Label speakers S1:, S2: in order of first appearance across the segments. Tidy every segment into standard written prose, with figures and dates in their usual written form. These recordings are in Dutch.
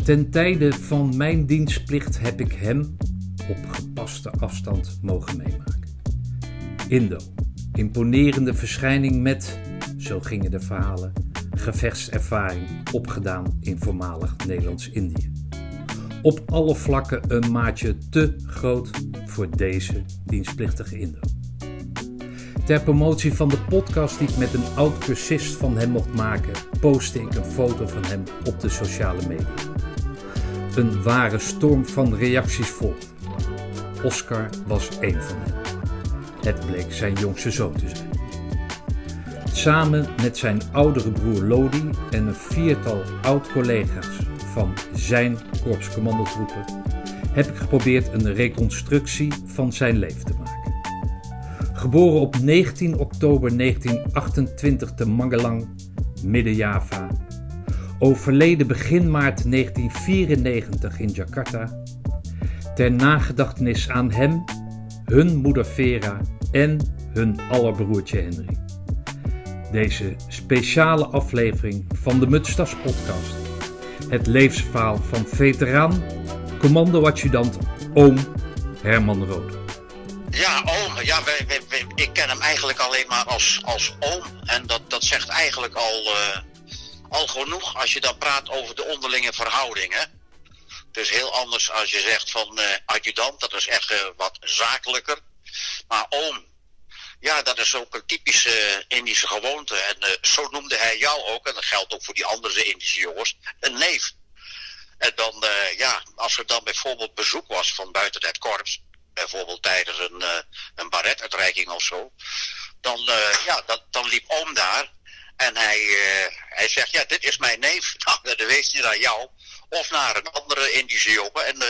S1: Ten tijde van mijn dienstplicht heb ik hem op gepaste afstand mogen meemaken. Indo, imponerende verschijning met, zo gingen de verhalen, gevechtservaring opgedaan in voormalig Nederlands-Indië. Op alle vlakken een maatje te groot voor deze dienstplichtige Indo. Ter promotie van de podcast die ik met een oud cursist van hem mocht maken, postte ik een foto van hem op de sociale media. Een ware storm van reacties volgde. Oscar was één van hen. Het bleek zijn jongste zoon te zijn. Samen met zijn oudere broer Lodi en een viertal oud-collega's van zijn korpscommandotroepen heb ik geprobeerd een reconstructie van zijn leven te maken. Geboren op 19 oktober 1928 te Magelang, Midden-Java. Overleden begin maart 1994 in Jakarta. Ter nagedachtenis aan hem, hun moeder Vera en hun allerbroertje Henry. Deze speciale aflevering van de Mutstas podcast. Het levensverhaal van veteraan, commando-adjudant Oom Herman Rode.
S2: Ja, Oom. Ja, ik ken hem eigenlijk alleen maar als Oom. En dat zegt eigenlijk al genoeg als je dan praat over de onderlinge verhoudingen. Het is heel anders als je zegt van adjudant, dat is echt wat zakelijker. Maar Oom, ja, dat is ook een typische Indische gewoonte. En zo noemde hij jou ook, en dat geldt ook voor die andere Indische jongens, een neef. En dan, als er dan bijvoorbeeld bezoek was van buiten het korps, bijvoorbeeld tijdens een baretuitreiking of zo, dan liep Oom daar en hij zegt, ja, dit is mijn neef. Nou, dan wees hij naar jou of naar een andere Indische jongen. En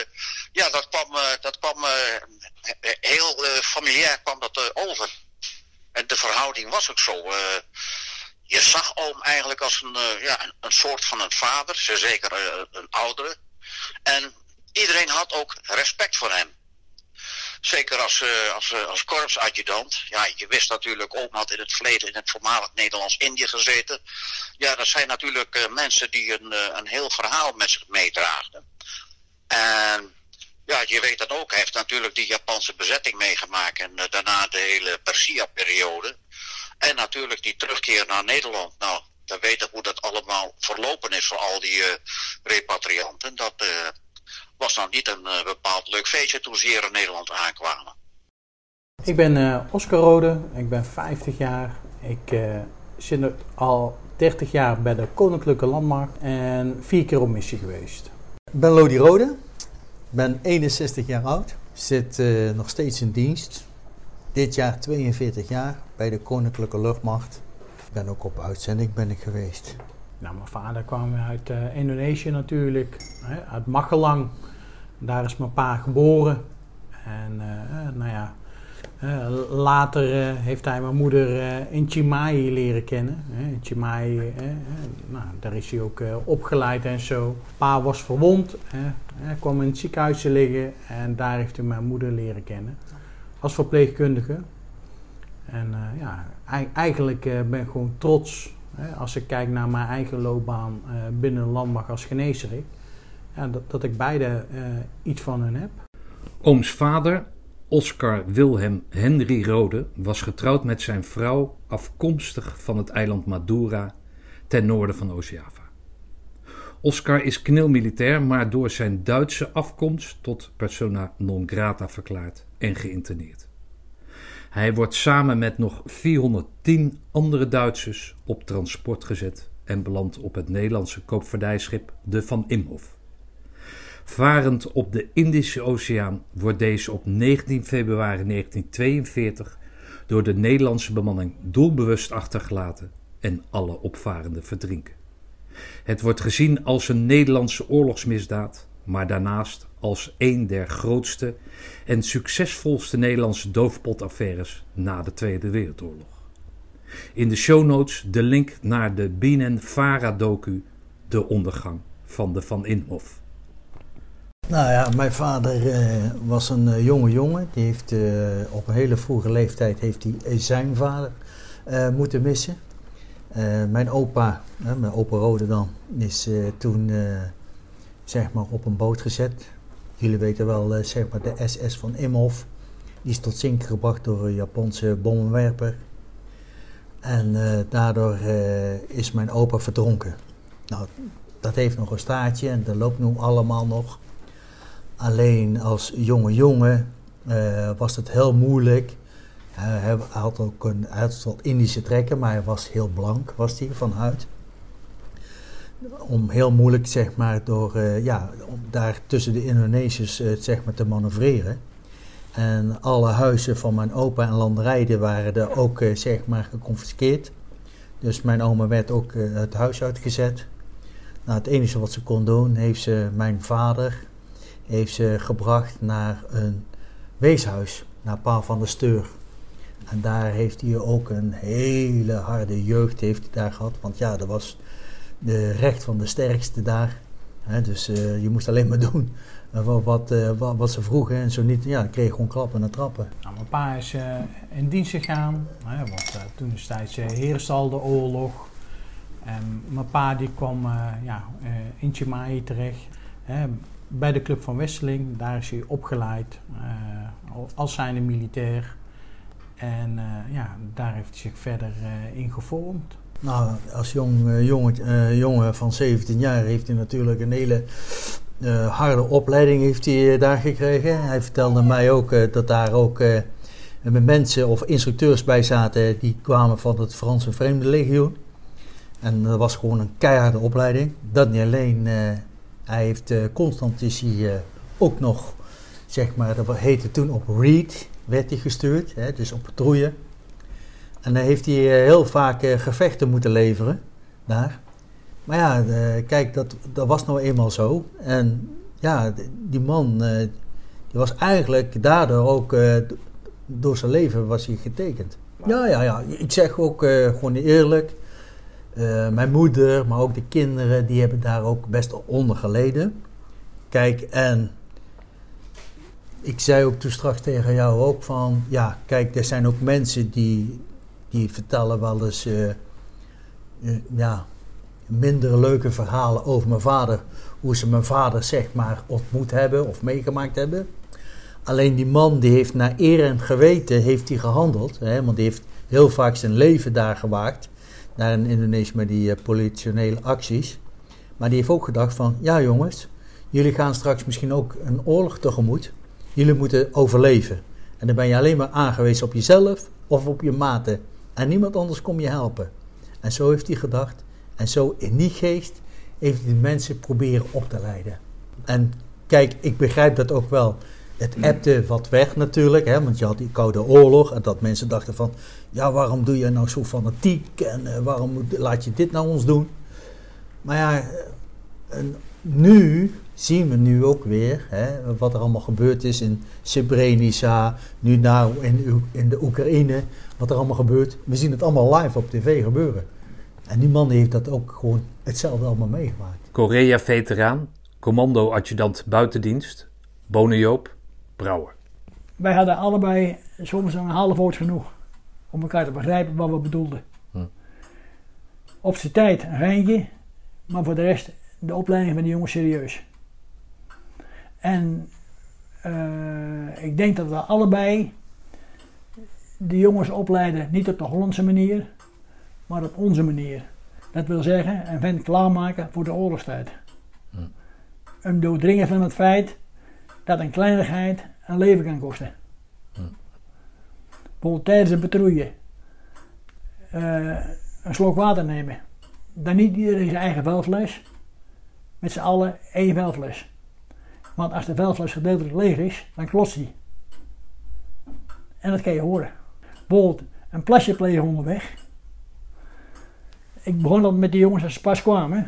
S2: dat kwam heel familiair kwam dat over. En de verhouding was ook zo. Je zag Oom eigenlijk als een soort van een vader, zeker een oudere. En iedereen had ook respect voor hem. Zeker als korpsadjudant. Ja, je wist natuurlijk, Oom had in het verleden in het voormalig Nederlands-Indië gezeten. Ja, dat zijn natuurlijk mensen die een heel verhaal met zich meedraagden. En ja, je weet dat ook. Hij heeft natuurlijk die Japanse bezetting meegemaakt. En daarna de hele Persia-periode. En natuurlijk die terugkeer naar Nederland. Nou, we weten hoe dat allemaal verlopen is voor al die repatrianten. Dat was nou niet een bepaald leuk feestje toen ze hier in Nederland aankwamen.
S3: Ik ben Oscar Rode, ik ben 50 jaar. Ik zit al 30 jaar bij de Koninklijke Landmacht en 4 keer op missie geweest.
S4: Ik ben Lodi Rode, ben 61 jaar oud, zit nog steeds in dienst. Dit jaar 42 jaar bij de Koninklijke Luchtmacht. Ik ben ook op uitzending geweest.
S3: Nou, mijn vader kwam uit Indonesië natuurlijk, uit Magelang. Daar is mijn pa geboren. En later heeft hij mijn moeder in Cimahi leren kennen. In Cimahi, daar is hij ook opgeleid en zo. Pa was verwond, hij kwam in het ziekenhuis te liggen en daar heeft hij mijn moeder leren kennen. Als verpleegkundige. En eigenlijk ben ik gewoon trots. Als ik kijk naar mijn eigen loopbaan binnen de landmacht als geneesheer, dat ik beide iets van hun heb.
S1: Ooms vader, Oscar Wilhelm Henry Rode, was getrouwd met zijn vrouw afkomstig van het eiland Madura ten noorden van Oost-Java. Oscar is knilmilitair, maar door zijn Duitse afkomst tot persona non grata verklaard en geïnterneerd. Hij wordt samen met nog 410 andere Duitsers op transport gezet en belandt op het Nederlandse koopvaardijschip de Van Imhoff. Varend op de Indische Oceaan wordt deze op 19 februari 1942 door de Nederlandse bemanning doelbewust achtergelaten en alle opvarenden verdrinken. Het wordt gezien als een Nederlandse oorlogsmisdaad, maar daarnaast als een der grootste en succesvolste Nederlandse doofpotaffaires na de Tweede Wereldoorlog. In de show notes de link naar de BNN-Vara-docu De Ondergang van de Van Imhoff.
S4: Nou ja, mijn vader was een jonge jongen. Die heeft op een hele vroege leeftijd zijn vader moeten missen. Mijn opa Rode dan, is toen zeg maar, op een boot gezet. Jullie weten wel, zeg maar, de SS van Imhoff. Die is tot zinken gebracht door een Japanse bommenwerper. En daardoor is mijn opa verdronken. Nou, dat heeft nog een staartje en dat loopt nu allemaal nog. Alleen als jonge jongen was het heel moeilijk. Hij had ook hij had wat Indische trekken, maar hij was heel blank, was hij van huid. Om heel moeilijk, zeg maar, om daar tussen de Indonesiërs zeg maar, te manoeuvreren. En alle huizen van mijn opa en landerijen waren er ook zeg maar geconfiskeerd. Dus mijn oma werd ook het huis uitgezet. Nou, het enige wat ze kon doen, heeft ze mijn vader gebracht naar een weeshuis, naar Paal van der Steur. En daar heeft hij ook een hele harde jeugd heeft hij daar gehad. Want ja, dat was de recht van de sterkste daar. Dus je moest alleen maar doen wat ze vroegen. En zo niet, ja, dan kreeg je gewoon klappen en trappen.
S3: Nou, mijn pa is in dienst gegaan. Want toen destijds heerste de oorlog. Mijn pa die kwam in Chimay terecht. Bij de Club van Wesseling. Daar is hij opgeleid als zijnde militair. En daar heeft hij zich verder in gevormd.
S4: Nou, als jongen van 17 jaar heeft hij natuurlijk een hele harde opleiding heeft hij daar gekregen. Hij vertelde mij ook dat daar ook mensen of instructeurs bij zaten die kwamen van het Franse Vreemdelegioen. En dat was gewoon een keiharde opleiding. Dat niet alleen, hij heeft constant is hij ook nog, zeg maar, dat heette toen op Reed, werd hij gestuurd, dus op patrouille. En dan heeft hij heel vaak gevechten moeten leveren daar. Maar ja, kijk, dat was nou eenmaal zo. En ja, die man, die was eigenlijk daardoor ook, door zijn leven was hij getekend. Ja, ik zeg ook gewoon eerlijk. Mijn moeder, maar ook de kinderen, die hebben daar ook best onder geleden. Kijk, en ik zei ook toen straks tegen jou ook van, ja, kijk, er zijn ook mensen die vertellen wel eens, minder leuke verhalen over mijn vader. Hoe ze mijn vader, zeg maar, ontmoet hebben of meegemaakt hebben. Alleen die man, die heeft naar eer en geweten heeft hij gehandeld. Want die heeft heel vaak zijn leven daar gewaagd. Daar in Indonesië met die politionele acties. Maar die heeft ook gedacht van, ja jongens, jullie gaan straks misschien ook een oorlog tegemoet. Jullie moeten overleven. En dan ben je alleen maar aangewezen op jezelf of op je maten. En niemand anders komt je helpen. En zo heeft hij gedacht. En zo in die geest heeft hij de mensen proberen op te leiden. En kijk, ik begrijp dat ook wel. Het ebde wat weg natuurlijk, want je had die Koude Oorlog. En dat mensen dachten van, ja, waarom doe je nou zo fanatiek? En waarom laat je dit nou ons doen? Maar ja, nu zien we nu ook weer wat er allemaal gebeurd is in Srebrenica. Nu nou in de Oekraïne, wat er allemaal gebeurt. We zien het allemaal live op tv gebeuren. En die man heeft dat ook gewoon hetzelfde allemaal meegemaakt.
S1: Korea-veteraan, commando-adjudant buitendienst, Bone Joop Brouwer.
S5: Wij hadden allebei soms een half woord genoeg om elkaar te begrijpen wat we bedoelden. Op zijn tijd een geintje, maar voor de rest de opleiding van die jongens serieus. En ik denk dat we allebei de jongens opleiden niet op de Hollandse manier, maar op onze manier. Dat wil zeggen, een vent klaarmaken voor de oorlogstijd. Hem doordringen van het feit dat een kleinigheid een leven kan kosten. Bijvoorbeeld tijdens een patrouille een slok water nemen. Dan niet iedereen zijn eigen velfles, met z'n allen één velfles. Want als de velfles gedeeltelijk leeg is, dan klotst die. En dat kan je horen. Bijvoorbeeld een plasje plegen onderweg. Ik begon dat met die jongens als ze pas kwamen.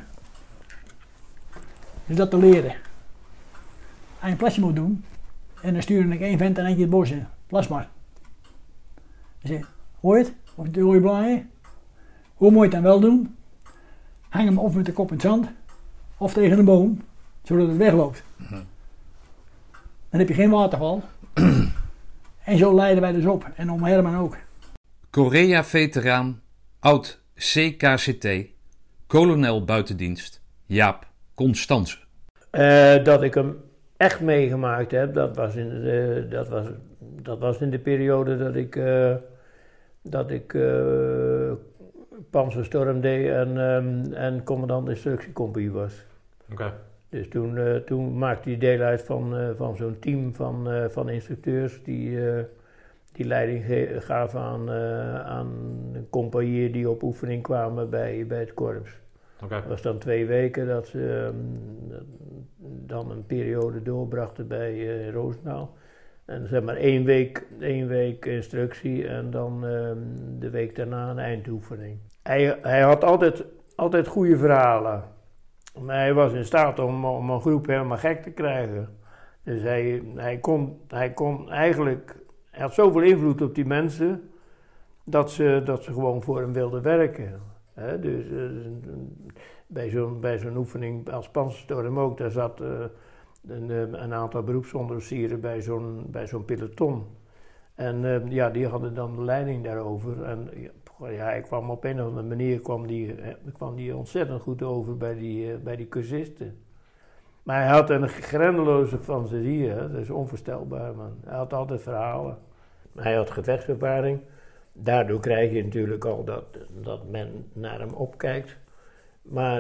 S5: Dus dat te leren. Als je een plasje moet doen, en dan stuurde ik één vent en eentje het bos in. Plas maar. Dan zeg, hoor je het? Of hoor je blaaien? Hoe moet je het dan wel doen? Hang hem of met de kop in het zand, of tegen een boom, zodat het wegloopt. Dan heb je geen waterval. En zo leiden wij dus op. En om Herman ook.
S1: Korea-veteraan, oud CKCT, kolonel buitendienst, Jaap Constance.
S6: Dat ik hem echt meegemaakt heb, dat was in de periode dat ik Panzerstorm deed en commandant instructiecompagnie was.
S1: Oké.
S6: Dus toen maakte hij deel uit van zo'n team van instructeurs die leiding gaven aan compagnieën die op oefening kwamen bij het korps.
S1: Okay.
S6: Het was dan 2 weken dat ze dan een periode doorbrachten bij Roosendaal. En zeg maar 1 week instructie en dan de week daarna een eindoefening. Hij had altijd goede verhalen. Maar hij was in staat om een groep helemaal gek te krijgen. Dus hij kon eigenlijk... Hij had zoveel invloed op die mensen dat ze gewoon voor hem wilden werken. Dus bij zo'n oefening als Panzerstorm ook, daar zat een aantal beroepsonderofficieren bij zo'n peloton. En die hadden dan de leiding daarover. En hij kwam op een of andere manier kwam die ontzettend goed over bij die cursisten. Maar hij had een grendeloze fantasie, hè? Dat is onvoorstelbaar, man. Hij had altijd verhalen. Hij had gevechtservaring. Daardoor krijg je natuurlijk al dat men naar hem opkijkt. Maar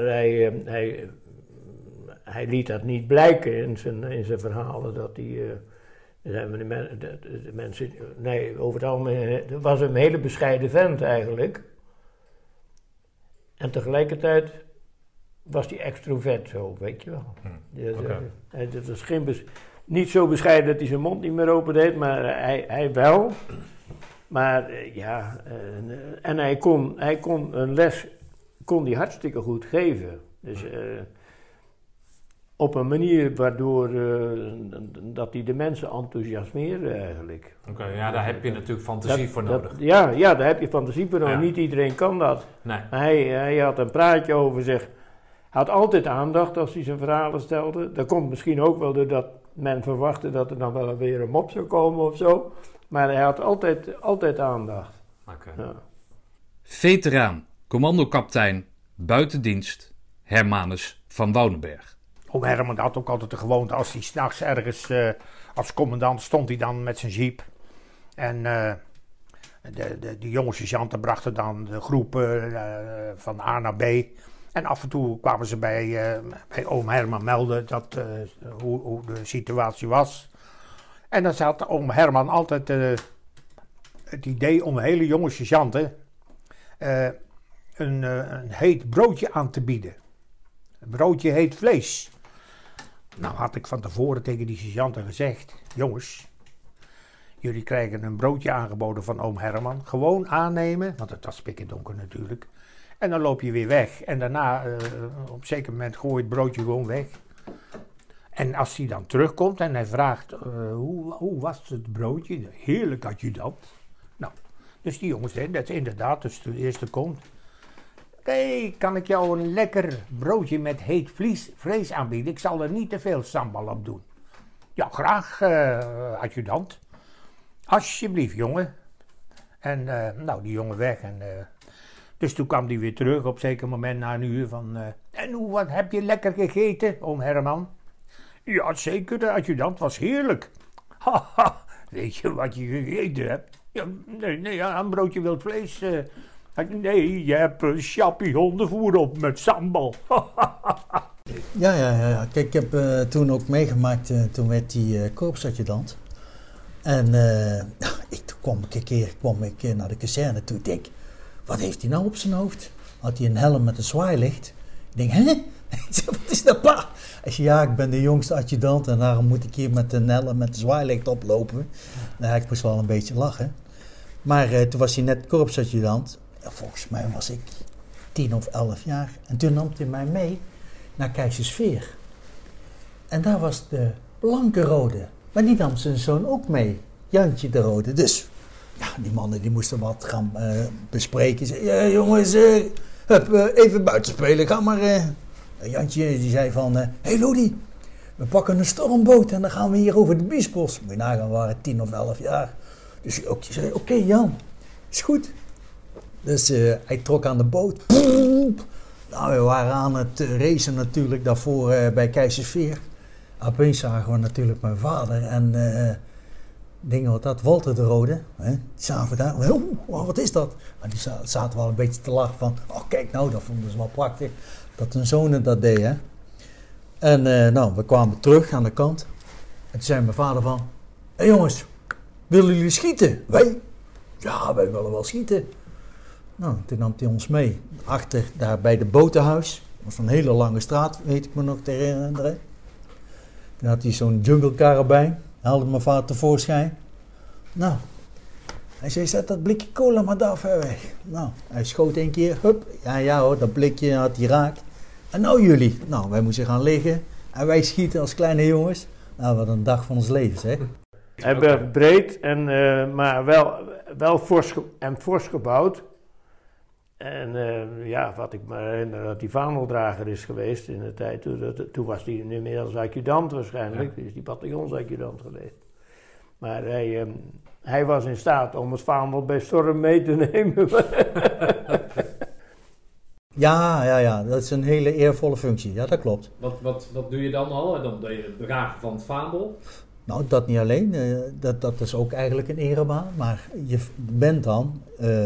S6: hij liet dat niet blijken in zijn verhalen. Dat hij... de mensen... Nee, over het algemeen... Het was een hele bescheiden vent eigenlijk. En tegelijkertijd was hij extrovert zo, weet je wel. Het was niet zo bescheiden dat hij zijn mond niet meer open deed, maar hij wel. Maar en hij kon een les hartstikke goed geven. Dus op een manier waardoor dat hij de mensen enthousiasmeerde eigenlijk.
S1: Oké, daar heb je natuurlijk fantasie voor nodig.
S6: Daar heb je fantasie voor nodig.
S1: Ja.
S6: Niet iedereen kan dat.
S1: Nee.
S6: Maar hij had een praatje over zich. Had altijd aandacht als hij zijn verhalen stelde. Dat komt misschien ook wel doordat men verwachtte dat er dan wel weer een mop zou komen of zo. Maar hij had altijd aandacht.
S1: Okay.
S6: Ja.
S1: Veteraan, commandokapitein, buitendienst, Hermanus van Woudenberg.
S7: Oom Herman had ook altijd de gewoonte, als hij 's nachts ergens als commandant stond hij dan met zijn jeep. En de jonge sergeanten brachten dan de groep van A naar B. En af en toe kwamen ze bij oom Herman melden hoe de situatie was. En dan zat oom Herman altijd het idee om hele jonge sergeanten een heet broodje aan te bieden. Een broodje heet vlees. Nou had ik van tevoren tegen die sergeanten gezegd, jongens, jullie krijgen een broodje aangeboden van oom Herman. Gewoon aannemen, want het was pikkerdonker natuurlijk. En dan loop je weer weg. En daarna, op een zeker moment, gooi je het broodje gewoon weg. En als hij dan terugkomt en hij vraagt, hoe was het broodje? Heerlijk had je dat. Nou, dus die jongens, dat is inderdaad, dus de eerste komt. Hey, kan ik jou een lekker broodje met heet vlees aanbieden? Ik zal er niet te veel sambal op doen. Ja, graag, adjudant. Alsjeblieft, jongen. En nou, die jongen weg. En, dus toen kwam hij weer terug op een zeker moment na een uur van... en wat heb je lekker gegeten, oom Herman? Ja, zeker, de adjudant was heerlijk. Haha, weet je wat je gegeten hebt? Ja, nee, een broodje wild vlees... Nee, je hebt een chappie hondenvoer op met sambal.
S4: Ja. Kijk, ik heb toen ook meegemaakt, toen werd hij korpsadjudant. En toen kwam ik naar de kazerne toe. Ik denk, wat heeft hij nou op zijn hoofd? Had hij een helm met een zwaailicht? Ik denk, hè? Wat is dat, pa? Hij zei, ja, ik ben de jongste adjudant en daarom moet ik hier met een helm met een zwaailicht oplopen. Nou, ik moest wel een beetje lachen. Maar toen was hij net korpsadjudant. Volgens mij was ik 10 of 11 jaar. En toen nam hij mij mee naar Keizersveer. En daar was de blanke rode. Maar die nam zijn zoon ook mee. Jantje de Rode. Dus ja, die mannen die moesten wat gaan bespreken. Zei, ja, jongens, even buiten spelen. Ga maar. Jantje die zei van... Hey Lodi, we pakken een stormboot en dan gaan we hier over de Biesbos. Moet je nagaan, we waren 10 of 11 jaar. Dus hij zei, oké, Jan, is goed. Dus hij trok aan de boot. Nou, we waren aan het racen natuurlijk daarvoor bij Keizersveer. Opeens zagen we natuurlijk mijn vader en dingen wat dat, Walter de Rode. Hè? Die zagen we daar, wat is dat? Maar die zaten wel een beetje te lachen van, oh kijk nou, dat vonden ze wel prachtig. Dat hun zonen dat deed, hè. En nou, we kwamen terug aan de kant. En toen zei mijn vader van, hé jongens, willen jullie schieten? Wij? Ja, wij willen wel schieten. Nou, toen nam hij ons mee. Achter, daar bij de botenhuis. Dat was een hele lange straat, weet ik me nog te herinneren. Toen had hij zo'n jungle karabijn. Haalde mijn vader tevoorschijn. Nou, hij zei, zet dat blikje cola maar daar ver weg. Nou, hij schoot 1 keer, hup. Ja hoor, dat blikje had hij raakt. En nou jullie. Nou, wij moesten gaan liggen. En wij schieten als kleine jongens. Nou, wat een dag van ons leven, hè.
S6: Hij werd breed, maar wel fors gebouwd. En wat ik me herinner, dat hij vaandeldrager is geweest in de tijd. Toen was hij inmiddels adjudant waarschijnlijk. Ja. Dus die bataljonsadjudant geweest. Maar hij was in staat om het vaandel bij storm mee te nemen.
S4: Ja, dat is een hele eervolle functie. Ja, dat klopt.
S1: Wat doe je dan al? Dan doe je het dragen van het vaandel?
S4: Nou, dat niet alleen. Dat is ook eigenlijk een erebaan. Maar je bent dan...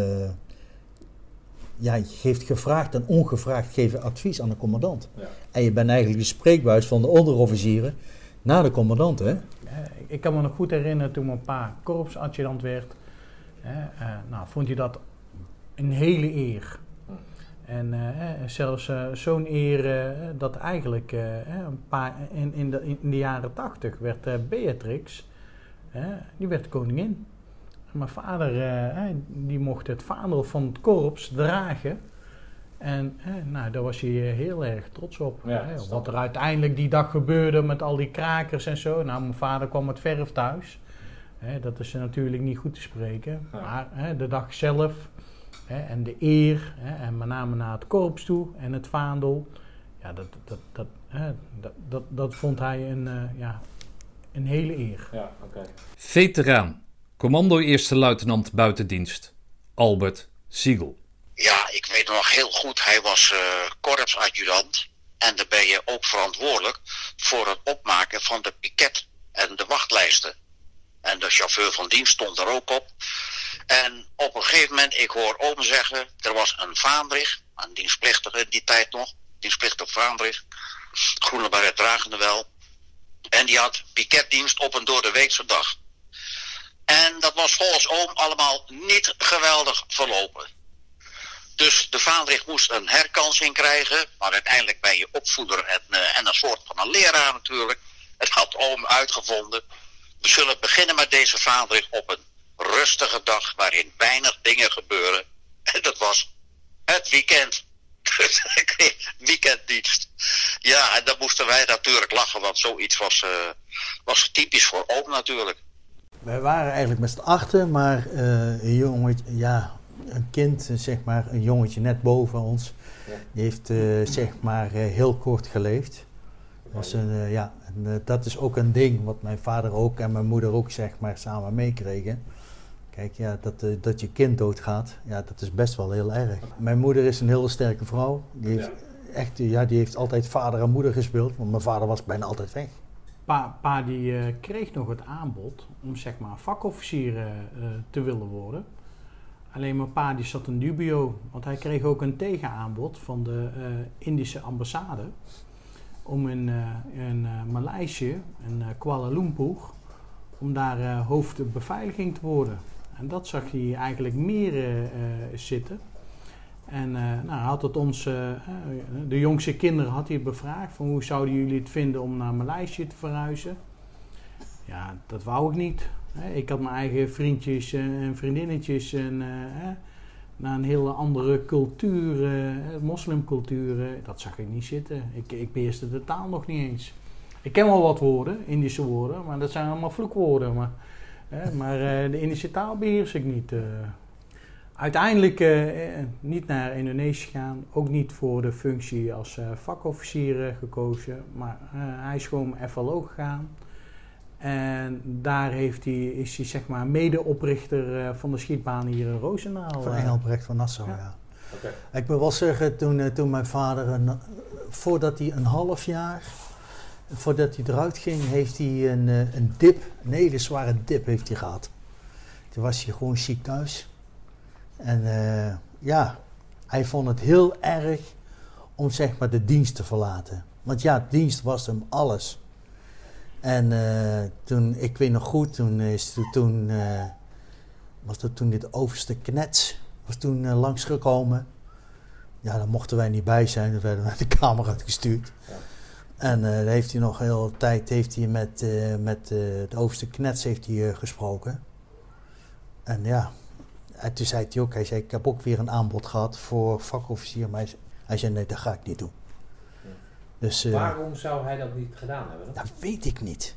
S4: je geeft gevraagd en ongevraagd geven advies aan de commandant. Ja. En je bent eigenlijk de spreekbuis van de onderofficieren naar de commandant, hè?
S3: Ik kan me nog goed herinneren toen mijn pa korpsadjudant werd. Vond je dat een hele eer. En zelfs zo'n eer dat eigenlijk een paar in de jaren 80 werd Beatrix, die werd koningin. En mijn vader die mocht het vaandel van het korps dragen. En daar was hij heel erg trots op. Ja, wat er uiteindelijk die dag gebeurde met al die krakers en zo. Nou, mijn vader kwam met verf thuis. Dat is natuurlijk niet goed te spreken. Ja. Maar de dag zelf en de eer en met name naar het korps toe en het vaandel. Ja, dat vond hij een hele eer.
S1: Ja, okay. Veteraan, commando eerste luitenant buitendienst, Albert Siegel.
S2: Ja, ik weet nog heel goed, hij was korpsadjudant. En dan ben je ook verantwoordelijk voor het opmaken van de piket en de wachtlijsten. En de chauffeur van dienst stond er ook op. En op een gegeven moment, ik hoor oom zeggen, er was een vaandrig, een dienstplichtige in die tijd nog, dienstplichtig vaandrig, groene baret dragende wel. En die had piketdienst op een door de weekse dag. En dat was volgens oom allemaal niet geweldig verlopen. Dus de vaandrig moest een herkansing krijgen, maar uiteindelijk ben je opvoeder en een soort van een leraar natuurlijk. Het had oom uitgevonden. We zullen beginnen met deze vaandrig op een rustige dag waarin weinig dingen gebeuren. En dat was het weekend. Weekenddienst. Ja, en dan moesten wij natuurlijk lachen, want zoiets was typisch voor oom natuurlijk.
S4: Wij waren eigenlijk met z'n achten, maar een jongetje, een kind, zeg maar, een jongetje net boven ons, die heeft heel kort geleefd. Dat is ook een ding wat mijn vader ook en mijn moeder ook, zeg maar, samen meekregen. Kijk, dat je kind doodgaat, dat is best wel heel erg. Mijn moeder is een hele sterke vrouw. Die heeft, die heeft altijd vader en moeder gespeeld, want mijn vader was bijna altijd weg.
S3: Pa die kreeg nog het aanbod om, zeg maar, vakofficier te willen worden. Alleen mijn pa die zat in dubio, want hij kreeg ook een tegenaanbod van de Indische ambassade om in Maleisië, in Kuala Lumpur, om daar hoofdbeveiliging te worden. En dat zag hij eigenlijk meer zitten. En hij had het ons, de jongste kinderen had hij bevraagd van hoe zouden jullie het vinden om naar Maleisië te verhuizen. Ja, dat wou ik niet. Ik had mijn eigen vriendjes en vriendinnetjes en naar een hele andere cultuur, moslimcultuur, dat zag ik niet zitten. Ik beheerste de taal nog niet eens. Ik ken wel wat woorden, Indische woorden, maar dat zijn allemaal vloekwoorden. Maar de Indische taal beheers ik niet. Uiteindelijk niet naar Indonesië gaan, ook niet voor de functie als vakofficier gekozen, maar hij is gewoon FLO gegaan. En daar is hij zeg maar medeoprichter van de schietbaan hier in Roosendaal.
S4: Van Engelbrecht van Nassau, ja.
S1: Okay.
S4: Ik moet wel zeggen, toen mijn vader, voordat hij een half jaar, voordat hij eruit ging, heeft hij een dip, een hele zware dip heeft hij gehad. Toen was hij gewoon ziek thuis. En hij vond het heel erg om zeg maar de dienst te verlaten. Want ja, dienst was hem alles. En toen, ik weet nog goed, was toen dit overste Knets was toen langsgekomen. Ja, daar mochten wij niet bij zijn, dan werden we naar de kamer uitgestuurd. Ja. En daar heeft hij nog heel de tijd met de overste Knets heeft hij, gesproken. En ja, en toen zei hij ook, ik heb ook weer een aanbod gehad voor vakofficier, maar hij zei nee, dat ga ik niet doen.
S1: Ja.
S4: Dus,
S1: waarom zou hij dat niet gedaan hebben? Dan?
S4: Dat weet ik niet.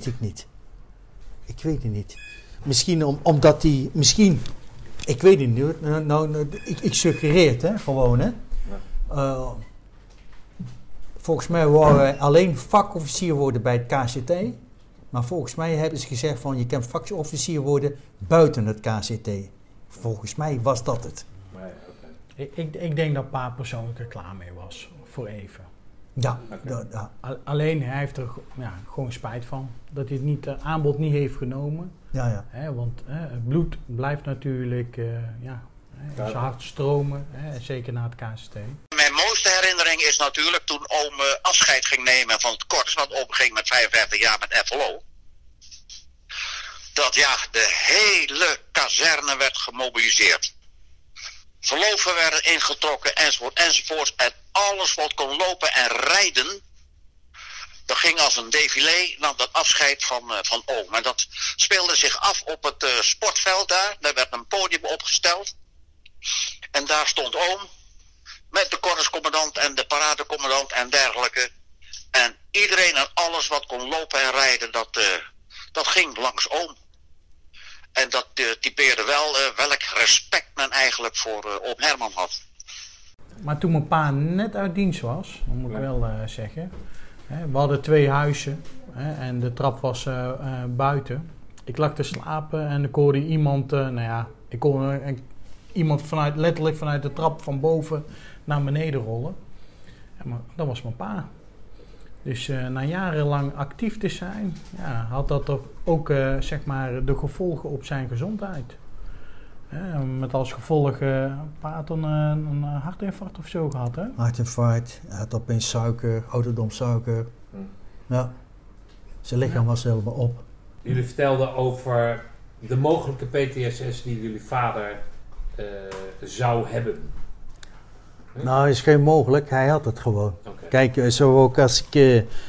S4: Ik weet het niet. Misschien omdat hij, ik weet het niet. Ik suggereer het, hè, gewoon, hè. Ja. Volgens mij wou hij alleen vakofficier worden bij het KCT. Maar volgens mij hebben ze gezegd van je kan vakofficier worden buiten het KCT. Volgens mij was dat het.
S3: Nee, okay. Ik denk dat pa persoonlijk er klaar mee was, voor even.
S4: Ja.
S3: Okay. Alleen hij heeft er gewoon spijt van. Dat hij het aanbod niet heeft genomen.
S4: Ja.
S3: Want het bloed blijft natuurlijk zijn hart stromen. Zeker na het KCT.
S2: Mijn mooiste herinnering is natuurlijk toen oom afscheid ging nemen van het korps. Want oom ging met 55 jaar met FLO. Dat de hele kazerne werd gemobiliseerd. Verloven werden ingetrokken enzovoort. En alles wat kon lopen en rijden. Dat ging als een défilé naar dat afscheid van oom. En dat speelde zich af op het sportveld daar. Daar werd een podium opgesteld. En daar stond oom. Met de korpscommandant en de paradecommandant en dergelijke. En iedereen en alles wat kon lopen en rijden, dat ging langs oom. En dat typeerde wel welk respect men eigenlijk voor oom Herman had.
S3: Maar toen mijn pa net uit dienst was, moet ik wel zeggen. We hadden 2 huizen en de trap was buiten. Ik lag te slapen en ik hoorde iemand, iemand letterlijk vanuit de trap van boven naar beneden rollen. Maar dat was mijn pa. Dus na jarenlang actief te zijn, had dat ook zeg maar de gevolgen op zijn gezondheid. Met als gevolg pa had een hartinfarct of zo gehad, hè?
S4: Hartinfarct, hij had opeens suiker, ouderdomssuiker. Ja, zijn lichaam was helemaal op.
S1: Jullie vertelden over de mogelijke PTSS die jullie vader zou hebben.
S4: Nou, is geen mogelijk. Hij had het gewoon.
S1: Okay.
S4: Kijk, zo ook als ik...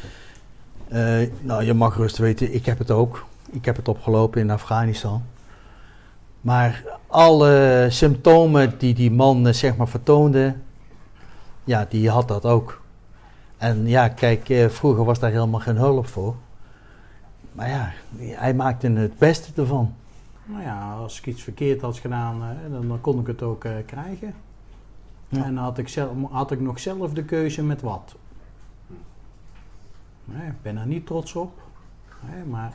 S4: je mag rust weten, ik heb het ook. Ik heb het opgelopen in Afghanistan. Maar alle symptomen die man zeg maar vertoonde, die had dat ook. En kijk, vroeger was daar helemaal geen hulp voor. Maar hij maakte het beste ervan.
S3: Nou ja, als ik iets verkeerd had gedaan, dan kon ik het ook krijgen. Ja. En dan had ik nog zelf de keuze met wat. Ik ben er niet trots op. Maar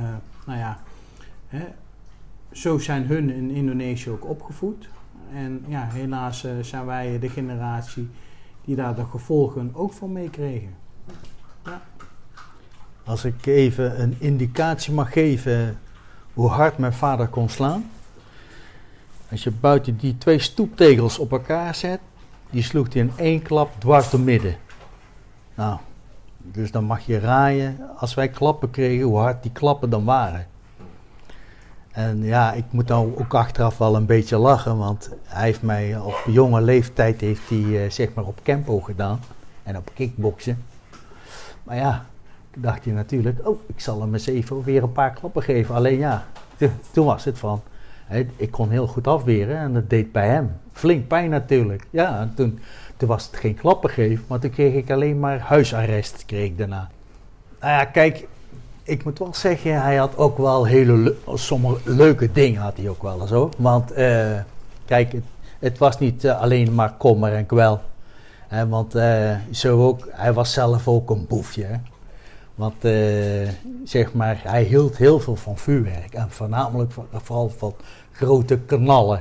S3: zo zijn hun in Indonesië ook opgevoed. En helaas zijn wij de generatie die daar de gevolgen ook van meekregen. Ja.
S4: Als ik even een indicatie mag geven hoe hard mijn vader kon slaan. Als je buiten die 2 stoeptegels op elkaar zet, die sloeg hij in 1 klap dwars door midden. Nou, dus dan mag je raaien, als wij klappen kregen, hoe hard die klappen dan waren. En ik moet nou ook achteraf wel een beetje lachen, want hij heeft mij op jonge leeftijd zeg maar op Kempo gedaan en op kickboksen. Maar dacht hij natuurlijk, ik zal hem eens even weer een paar klappen geven. Alleen toen was het van, ik kon heel goed afweren en dat deed bij hem flink pijn natuurlijk. Ja, en toen was het geen klappen geven, maar toen kreeg ik alleen maar huisarrest daarna. Nou ja, kijk, ik moet wel zeggen, hij had ook wel sommige leuke dingen had hij ook wel eens hoor. Want kijk, het was niet alleen maar kommer en kwel. Want hij was zelf ook een boefje. Hè? Want zeg maar, hij hield heel veel van vuurwerk. En voornamelijk vooral van grote knallen.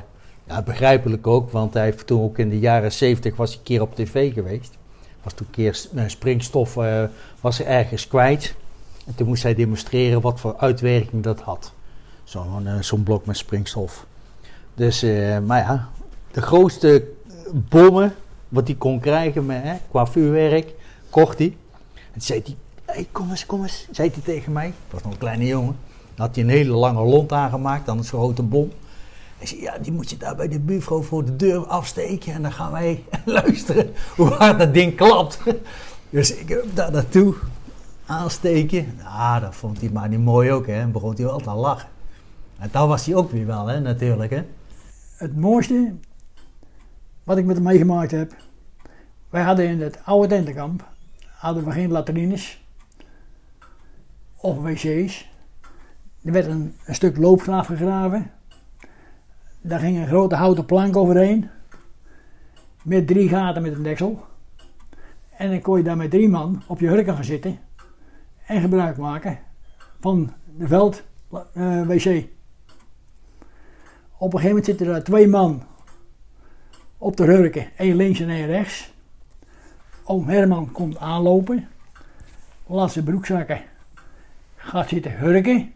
S4: Ja, begrijpelijk ook, want hij heeft toen ook in de jaren 70 was hij een keer op tv geweest. Was toen een keer springstof was er ergens kwijt. En toen moest hij demonstreren wat voor uitwerking dat had. Zo'n blok met springstof. Dus, maar ja, de grootste bommen wat hij kon krijgen qua vuurwerk, kocht hij. En toen zei hij, hey, kom eens, zei hij tegen mij. Ik was nog een kleine jongen. Dan had hij een hele lange lont aangemaakt, dan een grote bom. Hij zei, ja, die moet je daar bij de buurvrouw voor de deur afsteken. En dan gaan wij luisteren hoe hard dat ding klapt. Dus ik heb daar naartoe aansteken. Nou, dat vond hij maar niet mooi ook, hè. En begon hij wel te lachen. En dan was hij ook weer wel, hè, natuurlijk, hè.
S5: Het mooiste wat ik met hem meegemaakt heb. Wij hadden in het oude tentenkamp hadden we geen latrines of wc's. Er werd een stuk loopgraaf gegraven. Daar ging een grote houten plank overheen. Met 3 gaten met een deksel. En dan kon je daar met 3 man op je hurken gaan zitten. En gebruik maken van de veld wc. Op een gegeven moment zitten er 2 man op de hurken. 1 links en 1 rechts. Oom Herman komt aanlopen. Laat zijn broekzakken. Gaat zitten hurken.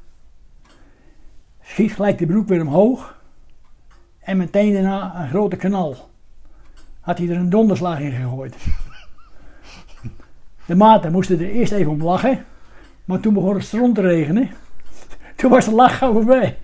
S5: Schiet gelijk de broek weer omhoog. En meteen daarna een grote knal. Had hij er een donderslag in gegooid. De maten moesten er eerst even om lachen. Maar toen begon het stront te regenen. Toen was de lach gauw voorbij.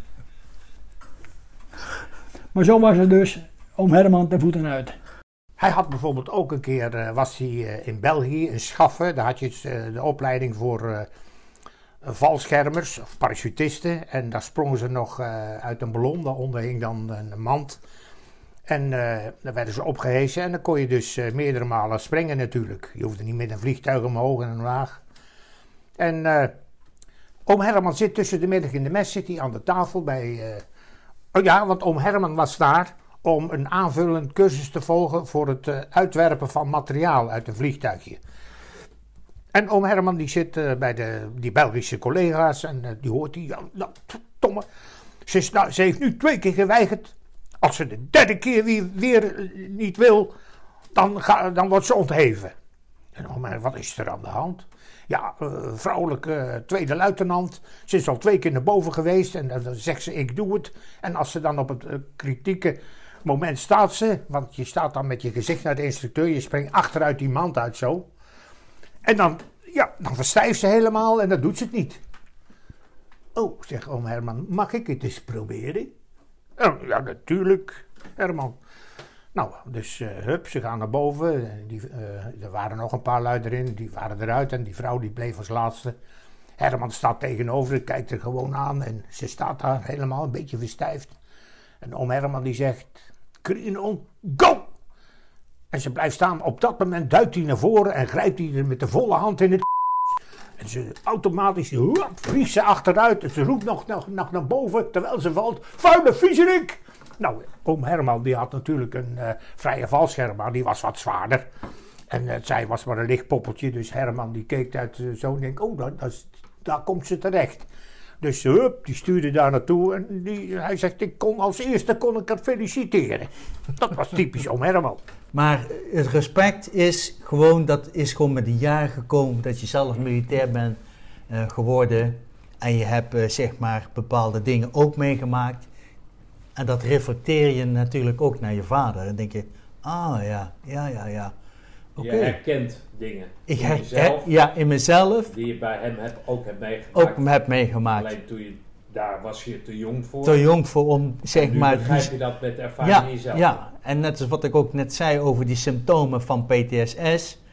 S5: Maar zo was het dus oom Herman ten voeten uit.
S7: Hij had bijvoorbeeld ook een keer, was hij in België, in Schaffen. Daar had je de opleiding voor valschermers of parachutisten. En daar sprongen ze nog uit een ballon. Daaronder hing dan een mand. En daar werden ze opgehesen. En dan kon je dus meerdere malen springen natuurlijk. Je hoefde niet met een vliegtuig omhoog en omlaag. En oom Herman zit tussen de middag in de mes, zit hij aan de tafel bij... Oh ja, want oom Herman was daar om een aanvullend cursus te volgen voor het uitwerpen van materiaal uit een vliegtuigje. En oom Herman die zit bij die Belgische collega's en die hoort hij, nou, domme, ze heeft nu 2 keer geweigerd. Als ze de 3e keer weer niet wil, dan wordt ze ontheven. En oom Herman, wat is er aan de hand? Ja, vrouwelijke tweede luitenant. Ze is al 2 keer naar boven geweest en dan zegt ze, ik doe het. En als ze dan op het kritieke moment staat ze, want je staat dan met je gezicht naar de instructeur, je springt achteruit die mand uit zo. En dan verstijft ze helemaal en dan doet ze het niet. Oh, zegt oom Herman, mag ik het eens proberen? Oh, ja, natuurlijk, Herman. Nou, dus hup, ze gaan naar boven. Er waren nog een paar lui erin, die waren eruit en die vrouw die bleef als laatste. Herman staat tegenover, kijkt er gewoon aan en ze staat daar helemaal een beetje verstijfd. En oom Herman die zegt, Krinon, go! En ze blijft staan. Op dat moment duikt hij naar voren en grijpt hij er met de volle hand in het en ze automatisch vliegt ze achteruit en ze roept nog naar boven terwijl ze valt. Vuile viezerik! Nou, oom Herman die had natuurlijk een vrije valscherm, maar die was wat zwaarder. En zij was maar een licht poppeltje, dus Herman die keek uit zo en denkt, oh, daar komt ze terecht. Dus hup, die stuurde daar naartoe en hij zegt, als eerste kon ik haar feliciteren. Dat was typisch oom Herman.
S4: Maar het respect is gewoon met de jaren gekomen dat je zelf militair bent geworden. En je hebt zeg maar bepaalde dingen ook meegemaakt. En dat reflecteer je natuurlijk ook naar je vader. En denk je, ja. Okay.
S1: Je herkent dingen
S4: in mezelf.
S1: Die je bij hem
S4: hebt meegemaakt.
S1: Alleen toen daar was je te jong voor.
S4: Te jong voor om, zeg maar...
S1: begrijp je dat met ervaring in jezelf.
S4: Ja, en net als wat ik ook net zei over die symptomen van PTSS.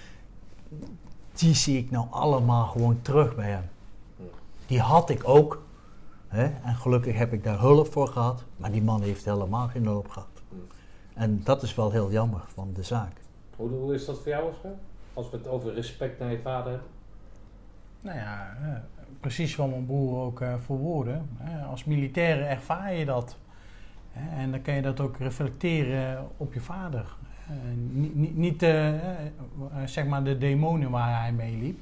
S4: Die zie ik nou allemaal gewoon terug bij hem. Die had ik ook. Hè? En gelukkig heb ik daar hulp voor gehad. Maar die man heeft helemaal geen hulp gehad. En dat is wel heel jammer van de zaak.
S1: Hoe is dat voor jou, Oscar? Als we het over respect naar je vader hebben?
S3: Nou ja, precies wat mijn broer ook verwoordde. Als militaire ervaar je dat. En dan kan je dat ook reflecteren op je vader. Niet zeg maar de demonen waar hij mee liep.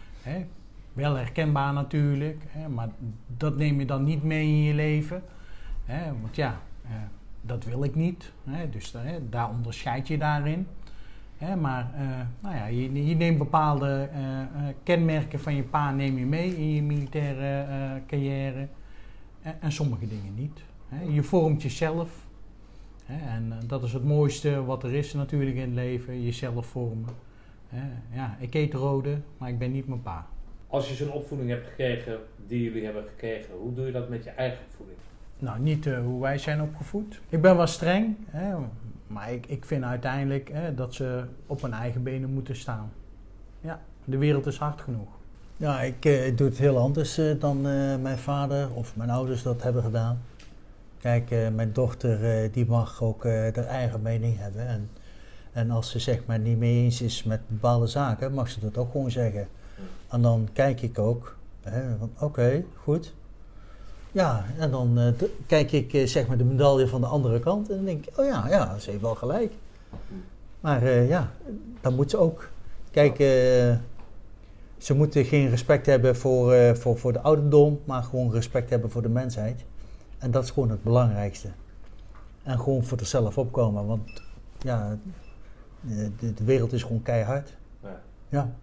S3: Wel herkenbaar natuurlijk, maar dat neem je dan niet mee in je leven. Want ja, Dat wil ik niet. Dus daar onderscheid je daarin. Maar je neemt bepaalde kenmerken van je pa neem je mee in je militaire carrière. En sommige dingen niet. Je vormt jezelf. En dat is het mooiste wat er is natuurlijk in het leven. Jezelf vormen. Ik eet rode, maar ik ben niet mijn pa.
S1: Als je zo'n opvoeding hebt gekregen die jullie hebben gekregen, hoe doe je dat met je eigen opvoeding?
S3: Nou, niet hoe wij zijn opgevoed. Ik ben wel streng, maar ik vind uiteindelijk dat ze op hun eigen benen moeten staan. Ja, de wereld is hard genoeg.
S4: Ja, ik doe het heel anders dan mijn vader of mijn ouders dat hebben gedaan. Kijk, mijn dochter die mag ook haar eigen mening hebben. En als ze zeg maar niet mee eens is met bepaalde zaken, mag ze dat ook gewoon zeggen. En dan kijk ik ook, van oké, goed. Ja, en dan kijk ik zeg maar de medaille van de andere kant en dan denk ik, oh ja, ze heeft wel gelijk. Maar dan moet ze ook. Kijk, ze moeten geen respect hebben voor de ouderdom, maar gewoon respect hebben voor de mensheid. En dat is gewoon het belangrijkste. En gewoon voor zichzelf opkomen, want ja, de wereld is gewoon keihard. Ja.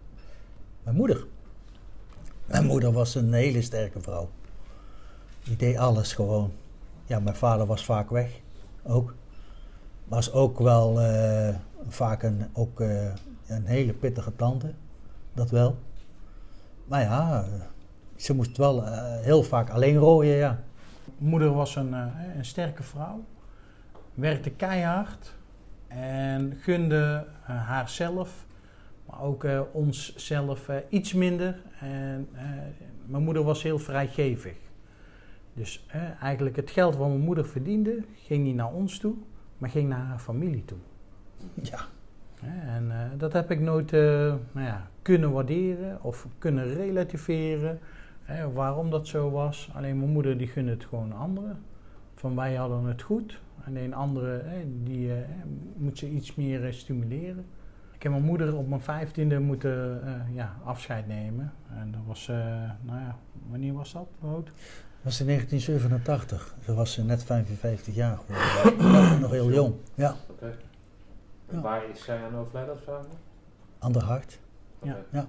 S4: Mijn moeder was een hele sterke vrouw. Die deed alles gewoon. Ja, mijn vader was vaak weg, ook. Was ook wel vaak een hele pittige tante, dat wel. Maar ja, ze moest wel heel vaak alleen rooien, ja.
S3: Moeder was een sterke vrouw, werkte keihard en gunde haarzelf, maar ook onszelf iets minder. En mijn moeder was heel vrijgevig. Dus eigenlijk het geld wat mijn moeder verdiende, ging niet naar ons toe, maar ging naar haar familie toe.
S4: Ja.
S3: En dat heb ik nooit kunnen waarderen of kunnen relativeren. Waarom dat zo was. Alleen mijn moeder die gunde het gewoon anderen. Van wij hadden het goed. Alleen anderen die moet ze iets meer stimuleren. Ik heb mijn moeder op mijn 15e moeten afscheid nemen. En dat was, wanneer was dat? Dat
S4: was in 1987. Ze was net 55 jaar geworden. Nog heel jong. Ja.
S1: Okay. En waar is zij aan overlijden als vader?
S4: Aan de hart.
S3: Okay.
S4: Ja.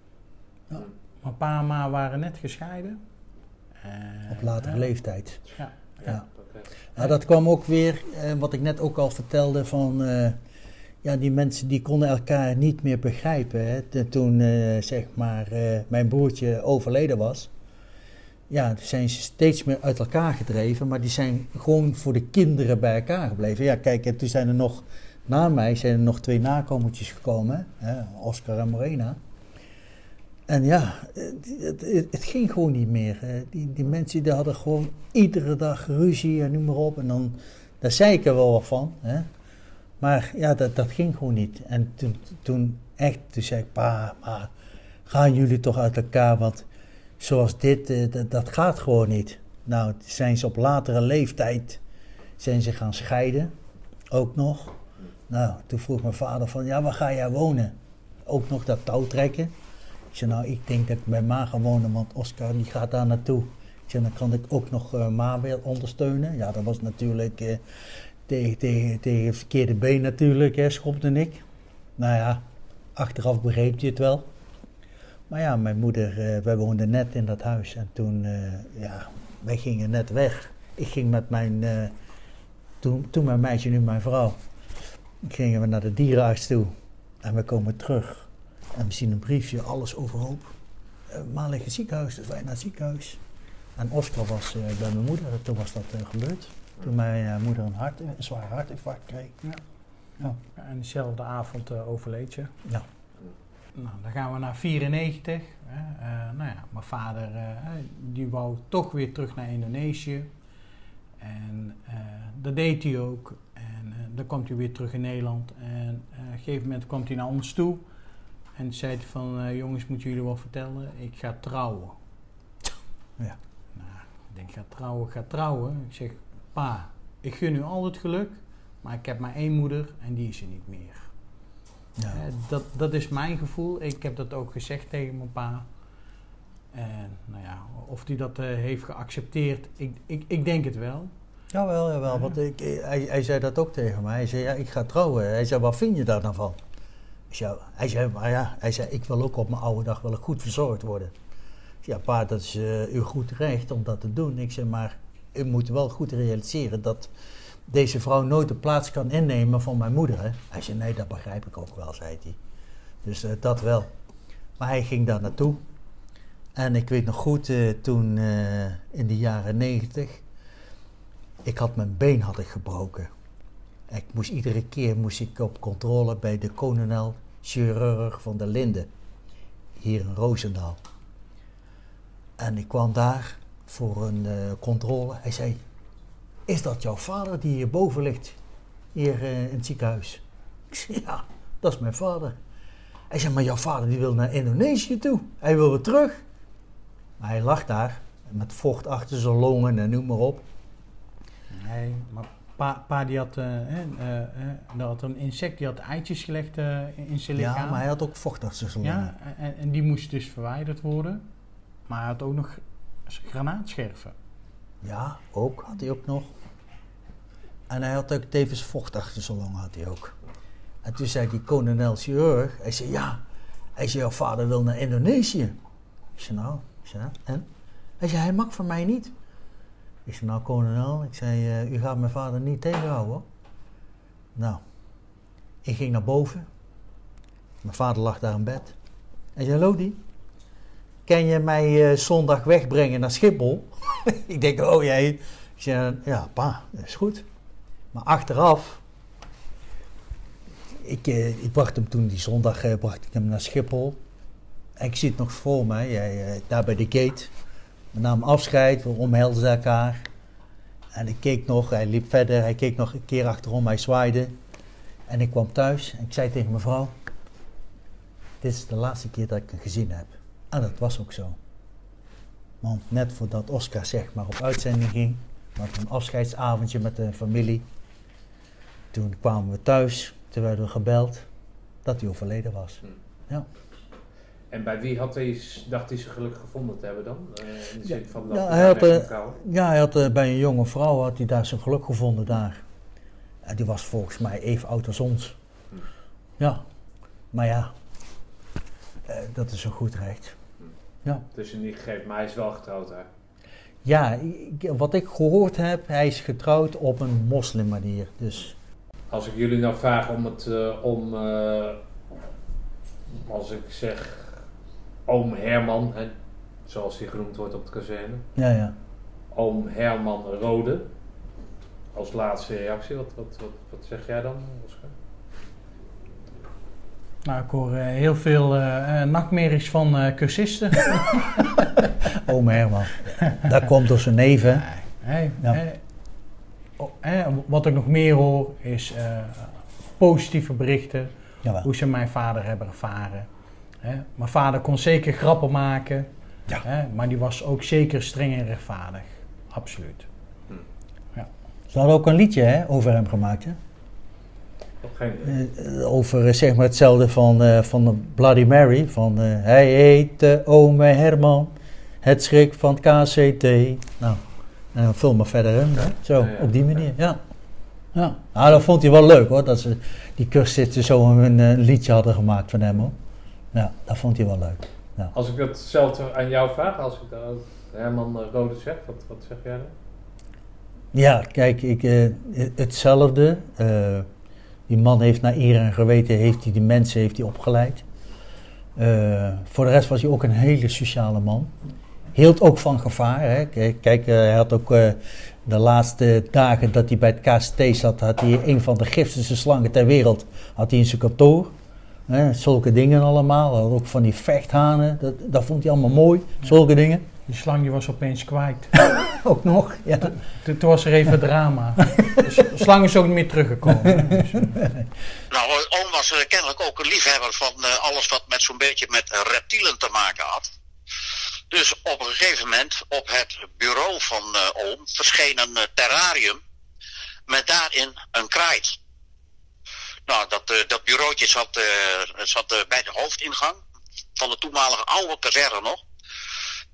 S3: Mijn pa en ma waren net gescheiden.
S4: Op latere leeftijd.
S3: Ja.
S1: Okay.
S4: Nou, dat kwam ook weer, wat ik net ook al vertelde, van die mensen die konden elkaar niet meer begrijpen. Hè. Toen zeg maar mijn broertje overleden was, ja, zijn ze steeds meer uit elkaar gedreven, maar die zijn gewoon voor de kinderen bij elkaar gebleven. Ja, kijk, toen zijn er nog, na mij zijn er nog 2 nakomertjes gekomen, hè, Oscar en Morena. En ja, het ging gewoon niet meer. Die mensen die hadden gewoon iedere dag ruzie en noem maar op. En dan, daar zei ik er wel wat van. Hè. Maar ja, dat ging gewoon niet. En toen zei ik, pa, gaan jullie toch uit elkaar? Want zoals dit, dat gaat gewoon niet. Nou, zijn ze op latere leeftijd zijn ze gaan scheiden. Ook nog. Nou, toen vroeg mijn vader van, ja, waar ga jij wonen? Ook nog dat touw trekken. Ik zei, nou, ik denk dat ik bij ma ga wonen, want Oscar die gaat daar naartoe. Ik zei, dan kan ik ook nog ma weer ondersteunen. Ja, dat was natuurlijk tegen het verkeerde been natuurlijk, schopte ik. Nou ja, achteraf begreep je het wel. Maar ja, mijn moeder, wij woonden net in dat huis en toen, wij gingen net weg. Ik ging met mijn, toen mijn meisje, nu mijn vrouw, gingen we naar de dierenarts toe en we komen terug. En we zien een briefje, alles overhoop. Malige ziekenhuis, dus wij naar het ziekenhuis. En Oscar was bij mijn moeder, toen was dat gebeurd. Toen mijn moeder een zwaar hartinfarct kreeg.
S3: Ja. En diezelfde avond overleed je.
S4: Ja.
S3: Nou, dan gaan we naar 94. Mijn vader die wou toch weer terug naar Indonesië. En dat deed hij ook. En dan komt hij weer terug in Nederland. En op een gegeven moment komt hij naar ons toe. En zei hij van, jongens, moet jullie wel vertellen, ik ga trouwen.
S4: Ja.
S3: Nou, ik denk, ga trouwen. Ik zeg, pa, ik gun u al het geluk, maar ik heb maar 1 moeder en die is er niet meer.
S4: Ja.
S3: Dat is mijn gevoel. Ik heb dat ook gezegd tegen mijn pa. En of hij dat heeft geaccepteerd, ik denk het wel.
S4: Jawel. Want hij zei dat ook tegen mij. Hij zei, ja, ik ga trouwen. Hij zei, wat vind je daar dan van? Hij zei, ik wil ook op mijn oude dag wel goed verzorgd worden. Ik zei, ja, pa, dat is uw goed recht om dat te doen. Ik zei, maar u moet wel goed realiseren dat deze vrouw nooit de plaats kan innemen van mijn moeder. Hè? Hij zei, nee, dat begrijp ik ook wel, zei hij. Dus dat wel. Maar hij ging daar naartoe. En ik weet nog goed, toen in de jaren 90, ik had mijn been gebroken. Iedere keer moest ik op controle bij de kolonel chirurg van der Linden, hier in Roosendaal. En ik kwam daar voor een controle. Hij zei, is dat jouw vader die hierboven ligt, hier in het ziekenhuis? Ik zei, ja, dat is mijn vader. Hij zei, maar jouw vader die wil naar Indonesië toe. Hij wil weer terug. Maar hij lag daar met vocht achter zijn longen en noem maar op.
S3: Nee, maar pa die had, had een insect, die had eitjes gelegd in zijn lichaam.
S4: Ja, maar hij had ook vocht achter zijn longen.
S3: Ja, en die moest dus verwijderd worden. Maar hij had ook nog granaatscherven.
S4: Ja, had hij ook nog. En hij had ook tevens vocht achter zijn longen, had hij ook. En toen zei die kolonel chirurg, hij zei, ja, jouw vader wil naar Indonesië. Ik zei, nou, en? Hij zei, hij mag van mij niet. Ik zei, nou kolonel, u gaat mijn vader niet tegenhouden, hoor. Nou, ik ging naar boven. Mijn vader lag daar in bed. Hij zei, Lodi, kan je mij zondag wegbrengen naar Schiphol? Ik denk, oh jee. Ik zei, ja pa, dat is goed. Maar achteraf, ik bracht hem toen die zondag bracht ik hem naar Schiphol. En ik zie het nog voor mij, daar bij de gate. We namen afscheid, we omhelden elkaar. En ik keek nog, hij liep verder, hij keek nog een keer achterom, hij zwaaide. En ik kwam thuis en ik zei tegen mijn vrouw, dit is de laatste keer dat ik hem gezien heb. En dat was ook zo. Want net voordat Oscar zeg maar op uitzending ging, we hadden een afscheidsavondje met de familie. Toen kwamen we thuis, toen werden we gebeld dat hij overleden was. Ja.
S1: En bij wie dacht hij zich gelukkig gevonden te hebben dan? In de zin van dat
S4: hij had bij een jonge vrouw had hij daar zijn geluk gevonden daar. En die was volgens mij even oud als ons. Ja, maar ja, dat is een goed recht. Ja.
S1: Dus in die gegeven, maar hij is wel getrouwd hè?
S4: Ja, wat ik gehoord heb, hij is getrouwd op een moslimmanier. Dus.
S1: Als ik jullie nou vraag als ik zeg oom Herman, hè, zoals hij genoemd wordt op de kazerne.
S4: Ja.
S1: Oom Herman Rode, als laatste reactie, wat zeg jij dan, Oscar?
S3: Nou, ik hoor heel veel nachtmerries van cursisten.
S4: Oom Herman, daar komt door zijn neven.
S3: Wat ik nog meer hoor is positieve berichten.
S4: Jawel.
S3: Hoe ze mijn vader hebben ervaren. Mijn vader kon zeker grappen maken. Ja. Maar die was ook zeker streng en rechtvaardig. Absoluut. Ja.
S4: Ze hadden ook een liedje over hem gemaakt. Hè? Over zeg maar hetzelfde van de Bloody Mary. Van hij heette ome Herman. Het schrik van het KCT. Nou, en dan vul maar verder in. Hè? Zo, ja. Op die manier. Ja. Nou, dat vond hij wel leuk hoor. Dat ze die cursisten zo een liedje hadden gemaakt van hem hoor. Ja, dat vond hij wel leuk. Ja.
S1: Als ik hetzelfde aan jou vraag, als ik Herman Rode zeg, wat zeg jij dan?
S4: Ja, kijk, hetzelfde. Die man heeft naar eer en geweten, die mensen heeft hij opgeleid. Voor de rest was hij ook een hele sociale man. Hield ook van gevaar. Hè. Kijk, hij had ook de laatste dagen dat hij bij het KCT zat, had hij een van de giftigste slangen ter wereld had hij in zijn kantoor. Zulke dingen allemaal. Hij had ook van die vechthanen. Dat vond hij allemaal mooi. Zulke dingen.
S3: Die slang die was opeens kwijt.
S4: Ook nog? Ja.
S3: Toen was er even drama. De slang is ook niet meer teruggekomen. Dus,
S2: Nou, oom was kennelijk ook een liefhebber van alles wat met zo'n beetje met reptielen te maken had. Dus op een gegeven moment op het bureau van oom verscheen een terrarium met daarin een kraait. Nou, dat bureautje zat bij de hoofdingang van de toenmalige oude kazerne nog.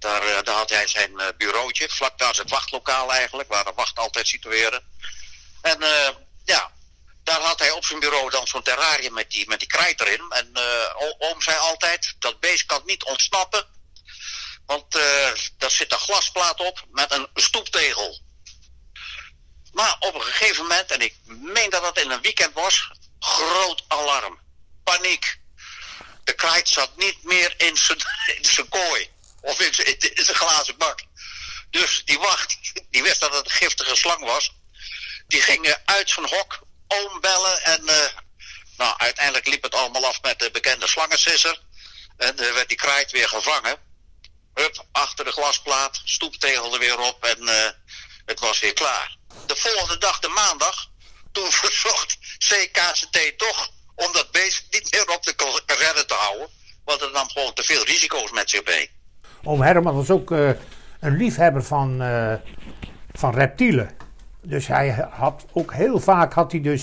S2: Daar had hij zijn bureautje, vlak naast het wachtlokaal eigenlijk, waar de wacht altijd situeren. En daar had hij op zijn bureau dan zo'n terrarium met die krijt erin. En oom zei altijd, dat beest kan niet ontsnappen. Want daar zit een glasplaat op met een stoeptegel. Maar op een gegeven moment, en ik meen dat dat in een weekend was, groot alarm. Paniek. De krijt zat niet meer in zijn kooi. Of in zijn glazen bak. Dus die wacht, die wist dat het een giftige slang was. Die ging uit zijn hok, oom bellen. En uiteindelijk liep het allemaal af met de bekende slangensisser. En werd die krijt weer gevangen. Hup, achter de glasplaat, stoeptegel er weer op en het was weer klaar. De volgende dag, de maandag, toen verzocht CKCT toch om dat beest niet meer op de kazerne te houden. Want het nam gewoon te veel risico's met zich mee.
S7: Oom Herman was ook een liefhebber van reptielen. Dus hij had ook heel vaak,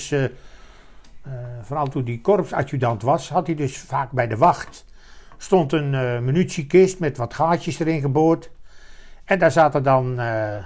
S7: vooral toen hij korpsadjudant was, had hij dus vaak bij de wacht. Stond een munitiekist met wat gaatjes erin geboord. En daar zaten dan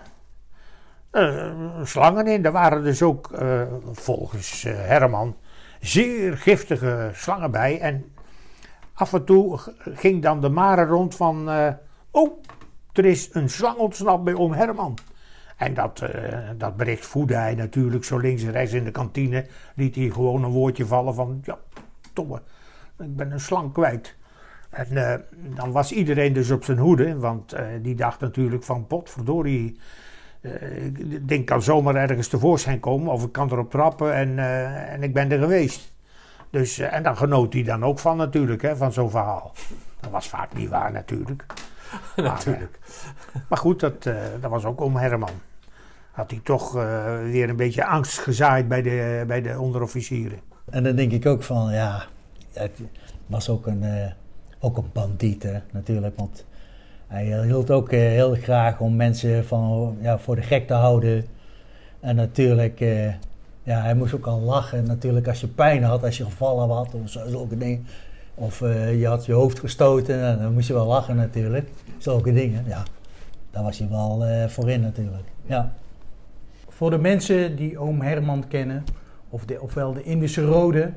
S7: slangen in. Daar waren dus ook, volgens Herman, zeer giftige slangen bij. En af en toe ging dan de mare rond van... er is een slang ontsnapt bij oom Herman. En dat bericht voedde hij natuurlijk zo links en rechts in de kantine. Liet hij gewoon een woordje vallen van... Ja, tomme, ik ben een slang kwijt. En dan was iedereen dus op zijn hoede. Want die dacht natuurlijk van potverdorie... ik denk kan zomaar ergens tevoorschijn komen. Of ik kan erop trappen en ik ben er geweest. Dus, en dan genoot hij dan ook van natuurlijk, hè, van zo'n verhaal. Dat was vaak niet waar natuurlijk.
S1: Natuurlijk.
S7: Maar goed, dat was ook oom Herman. Had hij toch weer een beetje angst gezaaid bij de onderofficieren.
S4: En dan denk ik ook van, ja, het was ook een bandiet, hè, natuurlijk. Want hij hield ook heel graag om mensen voor de gek te houden. En natuurlijk, hij moest ook al lachen. Natuurlijk als je pijn had, als je gevallen had of zulke dingen. Of je had je hoofd gestoten, en dan moest je wel lachen natuurlijk. Zulke dingen, ja. Daar was hij wel voor in natuurlijk, ja.
S3: Voor de mensen die oom Herman kennen, ofwel de Indische Rode.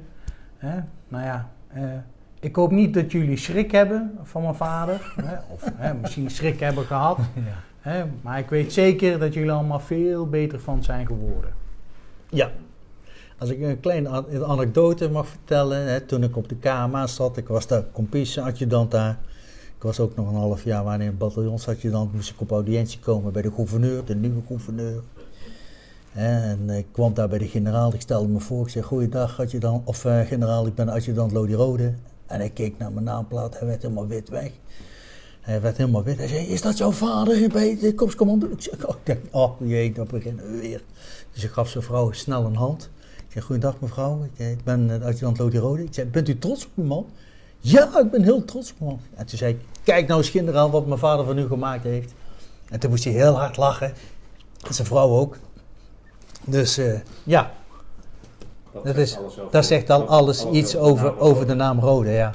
S3: Ik hoop niet dat jullie schrik hebben van mijn vader. Of misschien schrik hebben gehad. Ja. Maar ik weet zeker dat jullie allemaal veel beter van zijn geworden.
S4: Ja. Als ik een kleine anekdote mag vertellen. Toen ik op de KMA zat, ik was daar compisadjudant daar. Ik was ook nog een half jaar wanneer een bataljonsadjudant. Moest ik op audiëntie komen bij de gouverneur, de nieuwe gouverneur. En ik kwam daar bij de generaal, ik stelde me voor, ik zei goeiedag adjudant, of generaal, ik ben adjudant Lodi Rode. En hij keek naar mijn naamplaat, hij werd helemaal wit weg. Hij werd helemaal wit, hij zei, is dat jouw vader bij de korpscommando? Ik zei, jee, dat beginnen we weer. Dus ik gaf zijn vrouw snel een hand. Ik zei, goeiedag mevrouw, ik ben adjudant Lodi Rode. Ik zei, bent u trots op uw man? Ja, ik ben heel trots op man. En toen zei ik, kijk nou eens generaal wat mijn vader van u gemaakt heeft. En toen moest hij heel hard lachen. En zijn vrouw ook. Dus ja, dat zegt al alles iets over de naam Rode, ja.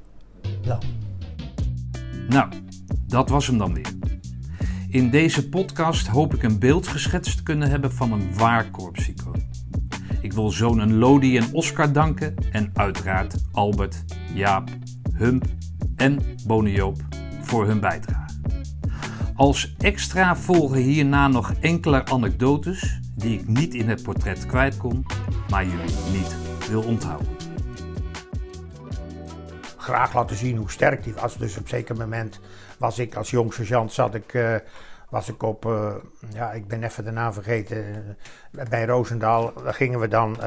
S1: Nou, dat was hem dan weer. In deze podcast hoop ik een beeld geschetst te kunnen hebben van een waar korpsicoon. Ik wil zonen Lodi en Oscar danken en uiteraard Albert, Jaap, Hump en Bone Joop voor hun bijdrage. Als extra volgen hierna nog enkele anekdotes die ik niet in het portret kwijt kon, maar jullie niet wil onthouden.
S7: Graag laten zien hoe sterk hij was. Dus op een zeker moment was ik als jong sergeant, was ik op, ik ben even de naam vergeten, bij Roosendaal. Daar gingen we dan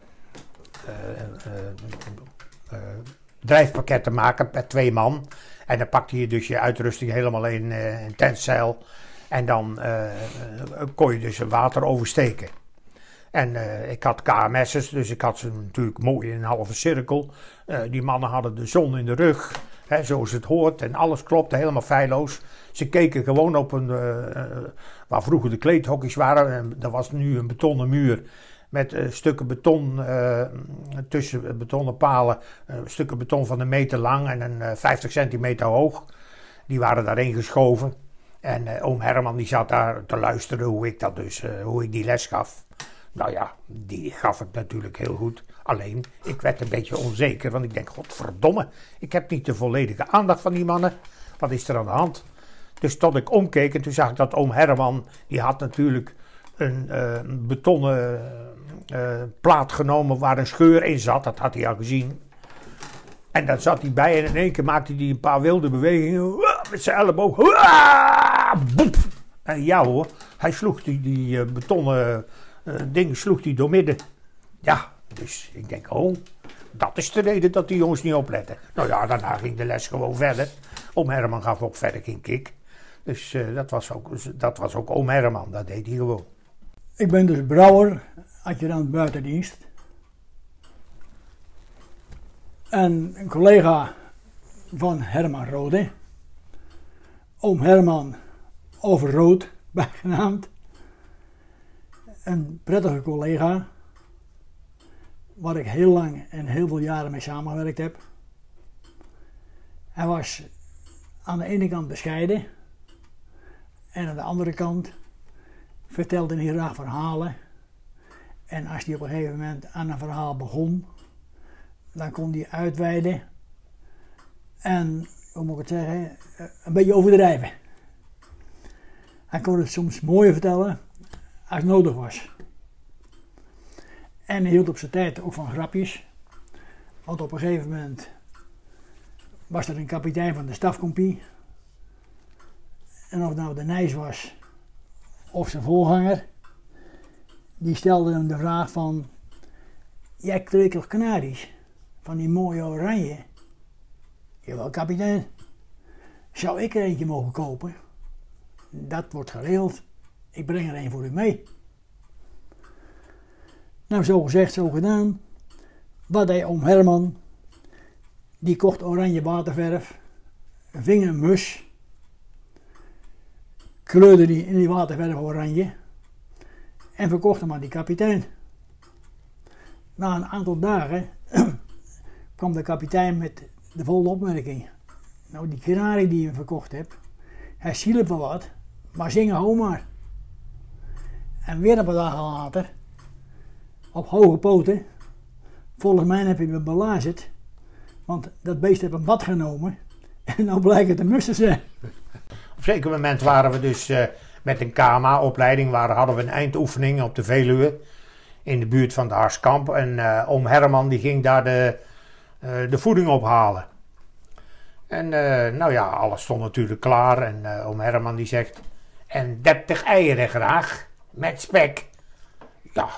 S7: drijfpakketten maken per 2 man. En dan pakte je dus je uitrusting helemaal in een tentzeil. En dan kon je dus water oversteken. En ik had KMS'ers, dus ik had ze natuurlijk mooi in een halve cirkel. Die mannen hadden de zon in de rug, hè, zoals het hoort. En alles klopte helemaal feilloos. Ze keken gewoon op waar vroeger de kleedhokjes waren. En er was nu een betonnen muur met stukken beton tussen betonnen palen. Stukken beton van 1 meter lang en 50 centimeter hoog. die waren daarheen geschoven. En oom Herman die zat daar te luisteren hoe ik die les gaf. Nou ja, die gaf het natuurlijk heel goed. Alleen, ik werd een beetje onzeker, want ik denk, godverdomme, ik heb niet de volledige aandacht van die mannen. Wat is er aan de hand? Dus tot ik omkeek en toen zag ik dat oom Herman, die had natuurlijk een betonnen plaat genomen waar een scheur in zat. Dat had hij al gezien. En daar zat hij bij en in één keer maakte hij een paar wilde bewegingen met zijn elleboog. En ja hoor, hij sloeg die betonnen ding sloeg hij doormidden. Ja, dus ik denk, dat is de reden dat die jongens niet opletten. Nou ja, daarna ging de les gewoon verder. Oom Herman gaf ook verder geen kick. Dus dat was ook oom Herman, dat deed hij gewoon.
S5: Ik ben dus brouwer, adjudant buitendienst. En een collega van Herman Rode. Oom Herman Overrood, bijgenaamd. Een prettige collega. Waar ik heel lang en heel veel jaren mee samengewerkt heb. Hij was aan de ene kant bescheiden. En aan de andere kant vertelde hij graag verhalen. En als hij op een gegeven moment aan een verhaal begon, dan kon hij uitweiden. En, hoe moet ik het zeggen, een beetje overdrijven. Hij kon het soms mooier vertellen als nodig was. En hij hield op zijn tijd ook van grapjes. Want op een gegeven moment was er een kapitein van de stafcompie. En of het nou de Nijs was of zijn voorganger, die stelde hem de vraag van: jij kreeg toch kanaries van die mooie oranje? Jawel, kapitein. Zou ik er eentje mogen kopen? Dat wordt geregeld. Ik breng er een voor u mee. Nou, zo gezegd, zo gedaan. Wat deed oom Herman? Die kocht oranje waterverf, ving een mus, kleurde die in die waterverf oranje en verkocht hem aan die kapitein. Na een aantal dagen kwam de kapitein met de volgende opmerking. Nou, die kanarie die je verkocht hebt, hij zielp wel wat, maar zingen hou maar. En weer een paar dagen later, op hoge poten, volgens mij heb je me belazerd, want dat beest heeft een bad genomen en nou blijkt het een mus te zijn.
S7: Op een zeker moment waren we dus met een KMA-opleiding, hadden we een eindoefening op de Veluwe in de buurt van de Harskamp. En oom Herman die ging daar de voeding ophalen. En nou ja, alles stond natuurlijk klaar en oom Herman die zegt: en 30 eieren graag, met spek. Ja,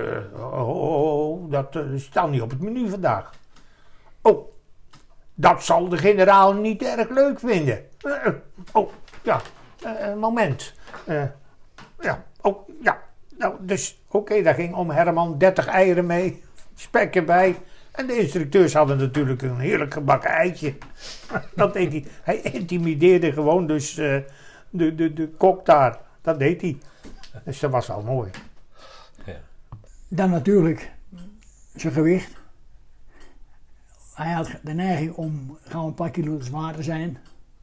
S7: dat staat niet op het menu vandaag. Oh, dat zal de generaal niet erg leuk vinden. Moment. Nou, dus oké, daar ging oom Herman 30 eieren mee, spek erbij. En de instructeurs hadden natuurlijk een heerlijk gebakken eitje. Dat deed hij. Hij intimideerde gewoon dus de kok daar. Dat deed hij. Dus dat was wel mooi.
S5: Ja. Dan natuurlijk zijn gewicht. Hij had de neiging om gewoon een paar kilo zwaar te zijn.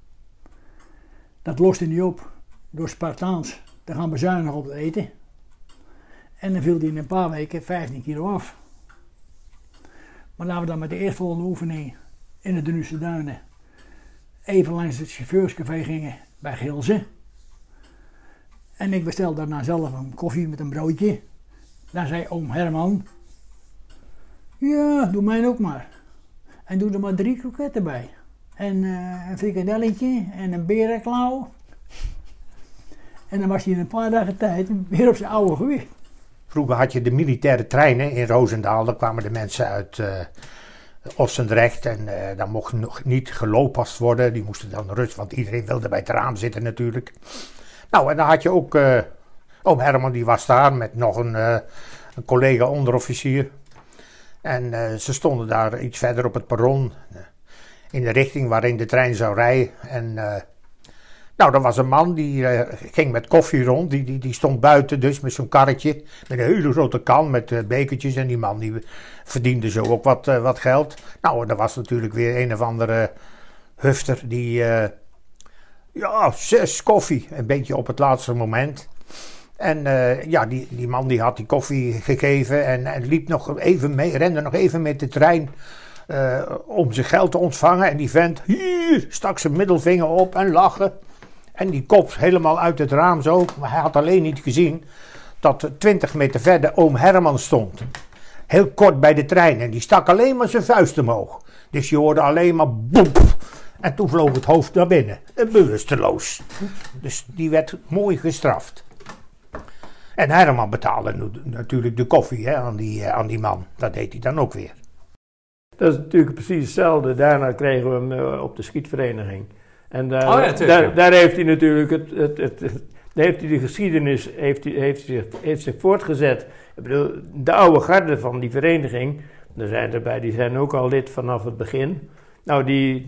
S5: Dat loste hij op door Spartaans te gaan bezuinigen op het eten. En dan viel hij in een paar weken 15 kilo af. Maar laten we dan met de eerstvolgende oefening in de Drunense Duinen even langs het chauffeurscafé gingen bij Gilze. En ik bestelde daarna zelf een koffie met een broodje. Daar zei oom Herman: ja, doe mij ook maar. En doe er maar 3 kroketten bij. En een frikadelletje en een berenklauw. En dan was hij in een paar dagen tijd weer op zijn oude gewicht.
S7: Vroeger had je de militaire treinen in Roosendaal. Daar kwamen de mensen uit Ossendrecht. En daar mocht nog niet geloopast worden. Die moesten dan rust, want iedereen wilde bij het raam zitten natuurlijk. Nou, en dan had je ook oom Herman, die was daar met nog een collega onderofficier. En ze stonden daar iets verder op het perron. In de richting waarin de trein zou rijden. En nou, er was een man die ging met koffie rond. Die stond buiten dus met zo'n karretje. Met een hele grote kan met bekertjes. En die man die verdiende zo ook wat geld. Nou, er was natuurlijk weer een of andere hufter die Ja, 6 koffie. Een beetje op het laatste moment. En die man die had die koffie gegeven en liep nog even mee, rende nog even met de trein om zijn geld te ontvangen. En die vent hier stak zijn middelvinger op en lachen. En die kop helemaal uit het raam zo. Maar hij had alleen niet gezien dat 20 meter verder oom Herman stond. Heel kort bij de trein. En die stak alleen maar zijn vuist omhoog. Dus je hoorde alleen maar boep. En toen vloog het hoofd naar binnen. Bewusteloos. Dus die werd mooi gestraft. En Herman betaalde natuurlijk de koffie aan die man. Dat deed hij dan ook weer.
S6: Dat is natuurlijk precies hetzelfde. Daarna kregen we hem op de schietvereniging. En daar heeft hij natuurlijk daar heeft hij de geschiedenis heeft zich voortgezet. Ik bedoel, de oude garde van die vereniging, er zijn erbij, die zijn ook al lid vanaf het begin. Nou,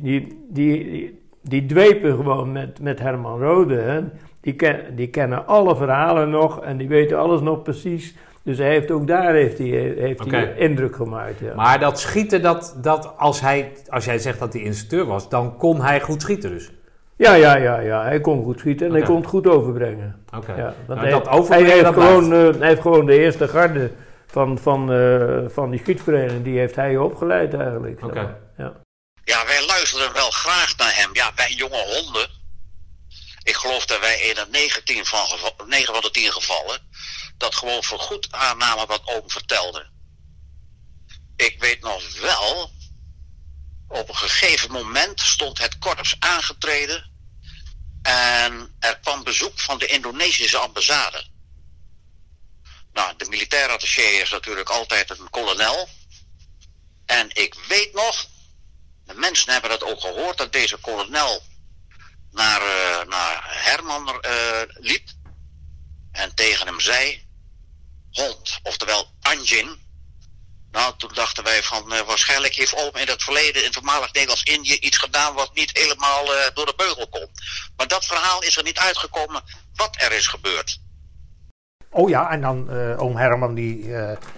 S6: die dwepen gewoon met Herman Rode. Hè. Die kennen alle verhalen nog en die weten alles nog precies. Dus hij heeft ook daar hij indruk gemaakt. Ja.
S1: Maar dat schieten, dat als jij zegt dat hij instructeur was, dan kon hij goed schieten dus?
S6: Ja. Hij kon goed schieten en hij kon het goed overbrengen. Ja, hij heeft gewoon de eerste garde van die schietvereniging, die heeft hij opgeleid eigenlijk.
S2: Ja, wij luisteren wel graag naar hem. Ja, wij jonge honden. Ik geloof dat wij in 9 van de 10 gevallen dat gewoon voor goed aannamen wat oom vertelde. Ik weet nog wel, op een gegeven moment stond het korps aangetreden en er kwam bezoek van de Indonesische ambassade. Nou, de militair attaché is natuurlijk altijd een kolonel. En ik weet nog, de mensen hebben dat ook gehoord, dat deze kolonel naar Herman liep en tegen hem zei, hond, oftewel Anjing. Nou, toen dachten wij van, waarschijnlijk heeft oom in het verleden in voormalig Nederlands-Indië iets gedaan wat niet helemaal door de beugel kon. Maar dat verhaal is er niet uitgekomen wat er is gebeurd.
S7: Oh ja, en dan oom Herman die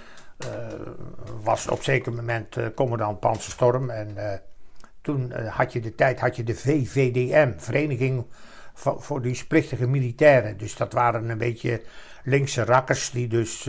S7: was op zeker moment commandant Panzerstorm. En toen had je de VVDM, Vereniging voor die splichtige militairen. Dus dat waren een beetje linkse rakkers die dus...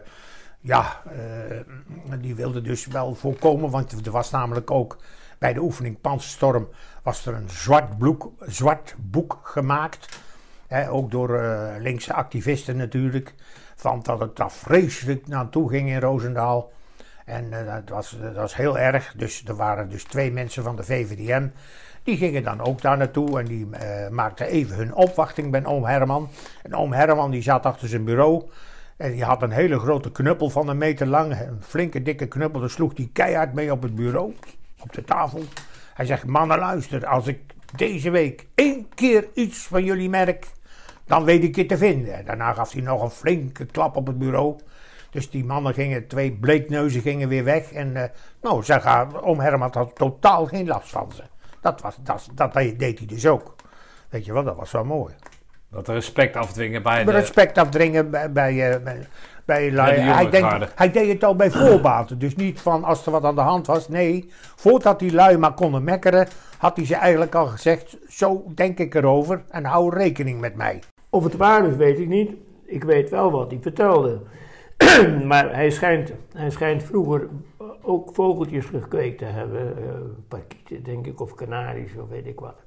S7: die wilden dus wel voorkomen, want er was namelijk ook bij de oefening Panzerstorm was er een zwart boek gemaakt. Ook door linkse activisten natuurlijk, van dat het daar vreselijk naartoe ging in Roosendaal. En dat was heel erg, dus er waren dus 2 mensen van de VVDM, die gingen dan ook daar naartoe en die maakten even hun opwachting bij oom Herman. En oom Herman die zat achter zijn bureau. En die had een hele grote knuppel van 1 meter lang, een flinke dikke knuppel, daar sloeg hij keihard mee op het bureau, op de tafel. Hij zegt, mannen luister, als ik deze week 1 keer iets van jullie merk, dan weet ik je te vinden. En daarna gaf hij nog een flinke klap op het bureau. Dus die mannen 2 bleekneuzen gingen weer weg. En oom Herman had totaal geen last van ze. Dat deed hij dus ook. Weet je wel, dat was wel mooi.
S1: Dat respect afdwingen bij
S7: respect afdwingen bij lui. Hij deed het al bij voorbaten. Dus niet van als er wat aan de hand was. Nee, voordat die lui maar konden mekkeren, had hij ze eigenlijk al gezegd, zo denk ik erover en hou rekening met mij.
S6: Of het waar is, weet ik niet. Ik weet wel wat hij vertelde. Maar hij schijnt vroeger ook vogeltjes gekweekt te hebben. Parkieten, denk ik, of kanaries, of weet ik wat.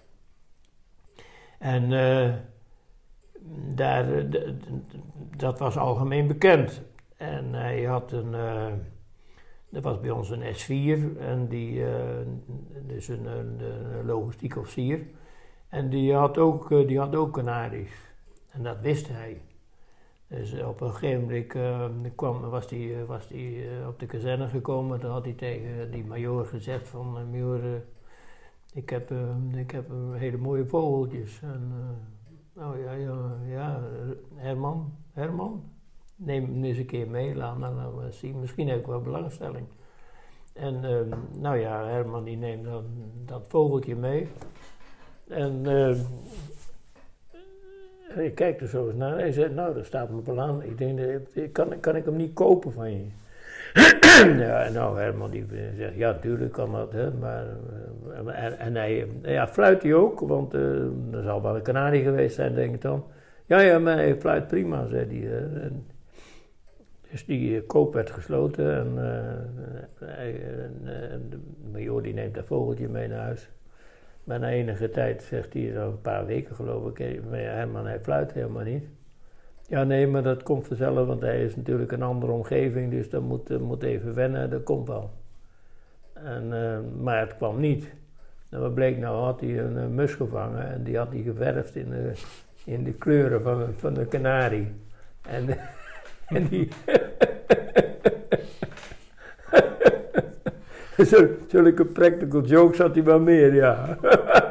S6: En dat was algemeen bekend. En hij had er was bij ons een S4, en dus een logistiek officier. En die had ook kanaries. En dat wist hij. Dus op een gegeven moment was hij op de kazerne gekomen. Toen had hij tegen die majoor gezegd van, majoor, ik heb hele mooie vogeltjes. En, Herman, neem hem eens een keer mee, laat hem zien. Misschien heb ik wel belangstelling. En Herman die neemt dan dat vogeltje mee. En ik kijk er zo eens naar. Hij zei, nou, daar staat mijn belang. Ik denk, kan ik hem niet kopen van je? Ja, nou, Herman die zegt, ja, natuurlijk kan dat, hè, maar... En hij fluit hij ook, want er zal wel een kanarie geweest zijn, denk ik dan. Ja, maar hij fluit prima, zei hij. Dus die koop werd gesloten en de majoor die neemt dat vogeltje mee naar huis. Maar na enige tijd, zegt hij, zo een paar weken geloof ik, maar Herman, hij fluit helemaal niet. Ja, nee, maar dat komt vanzelf, want hij is natuurlijk een andere omgeving, dus dat moet even wennen, dat komt wel. Maar het kwam niet. En wat bleek nou, had hij een mus gevangen en die had hij geverfd in de kleuren van de kanarie. En die... Zulke practical jokes had hij wel meer, ja.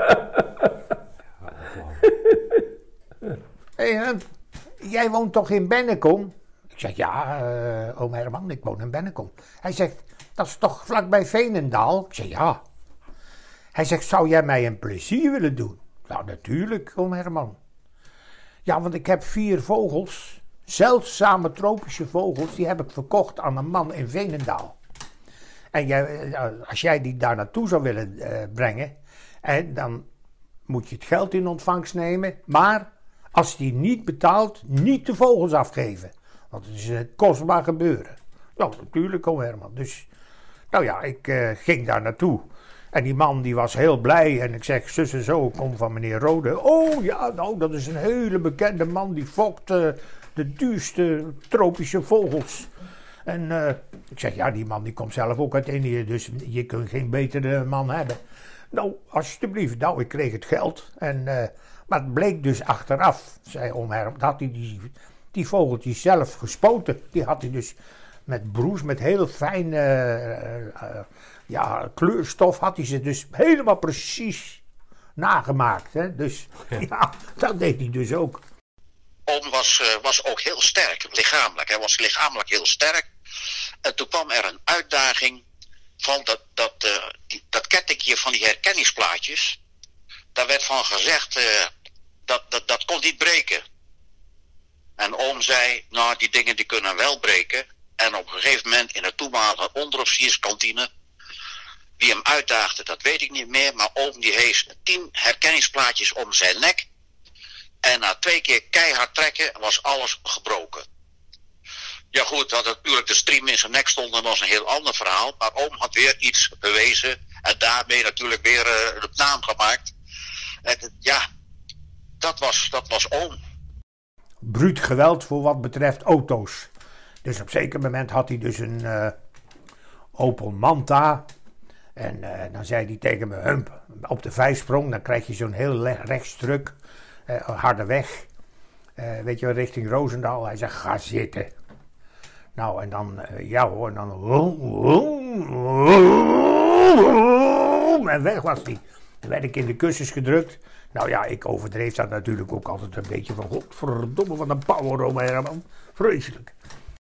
S7: Hey, jij woont toch in Bennekom? Ik zeg, ja, oom Herman, ik woon in Bennekom. Hij zegt, dat is toch vlakbij Veenendaal? Ik zeg, ja. Hij zegt, zou jij mij een plezier willen doen? Nou, natuurlijk, oom Herman. Ja, want ik heb 4 vogels, zeldzame tropische vogels, die heb ik verkocht aan een man in Veenendaal. En als jij die daar naartoe zou willen brengen, dan moet je het geld in ontvangst nemen, maar als die niet betaalt, niet de vogels afgeven. Want het is een kostbaar gebeuren. Nou, natuurlijk, oom Herman. Dus, nou ja, ik ging daar naartoe. En die man die was heel blij. En ik zeg, zus en zo, ik kom van meneer Rode. Oh ja, nou, dat is een hele bekende man. Die fokt de duurste tropische vogels. En ik zeg, ja, die man die komt zelf ook uit Indië. Dus je kunt geen betere man hebben. Nou, alsjeblieft. Nou, ik kreeg het geld. Maar het bleek dus achteraf, zei oom Herman, had hij die vogeltjes zelf gespoten. Die had hij dus met broes, met heel fijn kleurstof, had hij ze dus helemaal precies nagemaakt. Hè? Dus ja, dat deed hij dus ook.
S2: Oom was ook heel sterk, lichamelijk. Hij was lichamelijk heel sterk. En toen kwam er een uitdaging van dat kettingje van die herkenningsplaatjes. Daar werd van gezegd, dat kon niet breken. En oom zei, nou, die dingen die kunnen wel breken. En op een gegeven moment in de toenmalige onderofficierskantine, wie hem uitdaagde, dat weet ik niet meer. Maar oom die heeft 10 herkenningsplaatjes om zijn nek. En na 2 keer keihard trekken was alles gebroken. Ja goed, dat natuurlijk de stream in zijn nek stond, dat was een heel ander verhaal. Maar oom had weer iets bewezen en daarmee natuurlijk weer de naam gemaakt. Ja, dat was oom.
S7: Bruut geweld voor wat betreft auto's. Dus op zeker moment had hij dus een Opel Manta. En dan zei hij tegen me, hump, op de 5-sprong, dan krijg je zo'n heel rechtstruk, harde weg. Weet je wel, richting Roosendaal. Hij zegt, ga zitten. Nou, en dan, ja hoor, en dan... En weg was hij. Dan werd ik in de kussens gedrukt. Nou ja, ik overdreef dat natuurlijk ook altijd een beetje van... Godverdomme, van een power, oom Herman. Vreselijk.